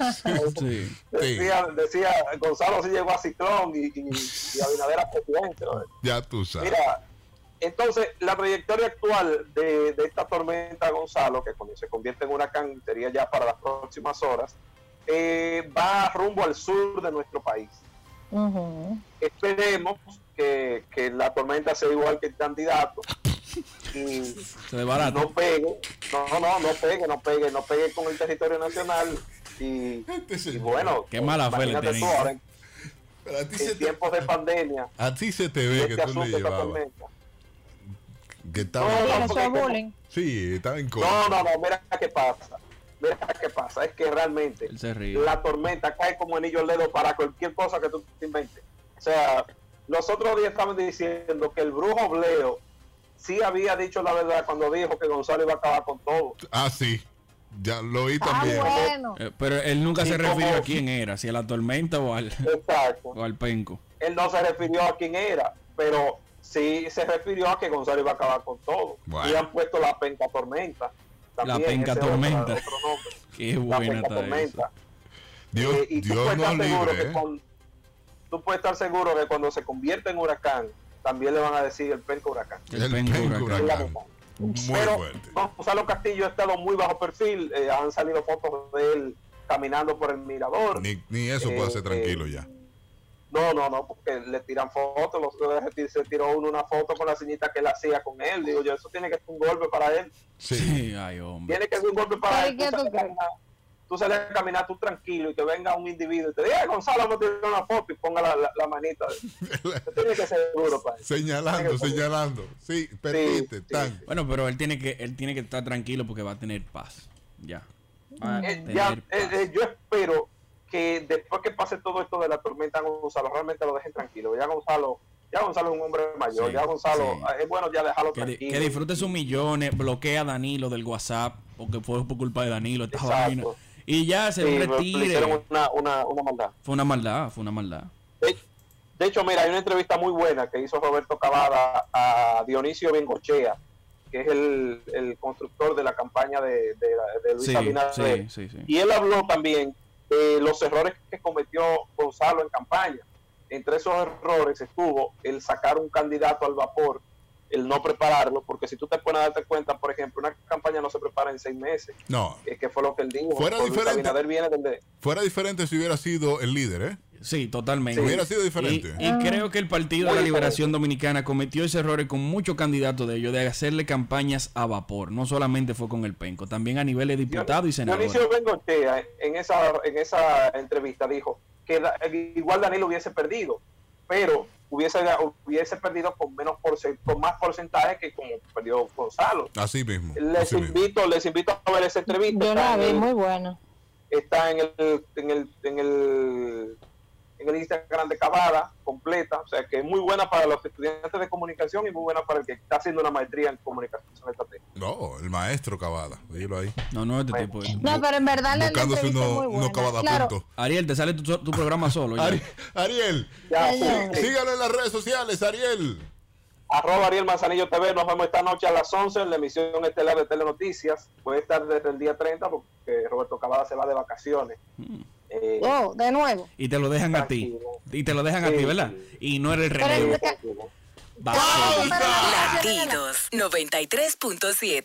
Decía, Gonzalo sí llegó a ciclón y Abinader a presidente.
Ya tú sabes.
Mira, entonces, la trayectoria actual de esta tormenta Gonzalo, que cuando se convierte en huracán sería ya para las próximas horas, va rumbo al sur de nuestro país. Esperemos que la tormenta sea igual que el candidato y
se desbarate.
no pegue con el territorio nacional y bueno,
qué mala fe le tenía.
En tiempos de pandemia,
a ti se te ve que tú le llevabas. Que estaba sí, estaba en contra.
No, mira qué pasa, es que realmente la tormenta cae como anillo al dedo para cualquier cosa que tú te inventes. O sea, los otros días estaban diciendo que el brujo Bleo sí había dicho la verdad cuando dijo que Gonzalo iba a acabar con todo.
Ah, sí, ya lo oí también.
Bueno.
Pero él nunca se refirió a quién era, si a la tormenta o al penco.
Él no se refirió a quién era, pero sí se refirió a que Gonzalo iba a acabar con todo. Bueno. Y han puesto la penca tormenta. También,
la penca tormenta.
Otro nombre.
Qué buena está
tormenta.
Dios nos libre.
Tú puedes estar seguro que cuando se convierte en huracán, también le van a decir el penca huracán.
El penca huracán.
Pero Gonzalo Castillo ha estado muy bajo perfil. Han salido fotos de él caminando por el mirador.
Ni eso puede ser tranquilo ya.
No, porque le tiran fotos, se tiró una foto con la ceñita que él hacía con él. Digo yo, eso tiene que ser un golpe para él.
Sí, ay, hombre.
Tiene que ser un golpe para él. Tú sales a caminar tú tranquilo y que venga un individuo y te diga, Gonzalo, me tiró una foto y ponga la manita. Tiene que ser seguro para él.
Señalando. Sí, permite.
Sí.
Bueno, pero él tiene que estar tranquilo porque va a tener paz. Ya.
Yo espero que después que pase todo esto de la tormenta, Gonzalo realmente lo dejen tranquilo. Ya Gonzalo es un hombre mayor. Ya Gonzalo es bueno ya dejarlo tranquilo.
Que disfrute sus millones, bloquea a Danilo del WhatsApp, porque fue por culpa de Danilo esta vaina. Y ya se retire.
Le hicieron una maldad.
Fue una maldad.
De hecho, mira, hay una entrevista muy buena que hizo Roberto Cavada a Dionisio Bengochea, que es el constructor de la campaña de Luis Abinader.
Sí.
Y él habló también de los errores que cometió Gonzalo en campaña. Entre esos errores estuvo el sacar un candidato al vapor, el no prepararlo, porque si tú te pones a darte cuenta, por ejemplo, una campaña no se prepara en 6 meses.
No.
Que fue lo que él dijo.
Fuera diferente si hubiera sido el líder, ¿eh?
Sí, totalmente.
Hubiera sido diferente.
Y creo que el Partido de la Liberación Dominicana cometió ese error con muchos candidatos de ellos, de hacerle campañas a vapor. No solamente fue con el penco, también a nivel de diputado y senador.
Dionisio Bengochea en esa entrevista dijo que igual Danilo hubiese perdido, pero hubiese perdido con más porcentaje que como perdió Gonzalo.
Así mismo.
Les invito a ver esa entrevista.
Yo la vi, muy buena.
Está en el Instagram de Cavada completa, o sea que es muy buena para los estudiantes de comunicación y muy buena para el que está haciendo una maestría en comunicación estratégica.
No, el maestro Cavada, dígelo ahí.
No, este tipo.
No, pero en verdad la
buscándose unos Cavada puntos.
Ariel, te sale tu programa solo.
Ariel, síganlo en las redes sociales, Ariel.
@Ariel Manzanillo TV. Nos vemos esta noche a las 11 en la emisión estelar de Telenoticias. Puede estar desde el día 30 porque Roberto Cavada se va de vacaciones.
De nuevo.
Y te lo dejan a ti. Y te lo dejan a ti, ¿verdad? Y no eres el relevo.
Latidos 93.7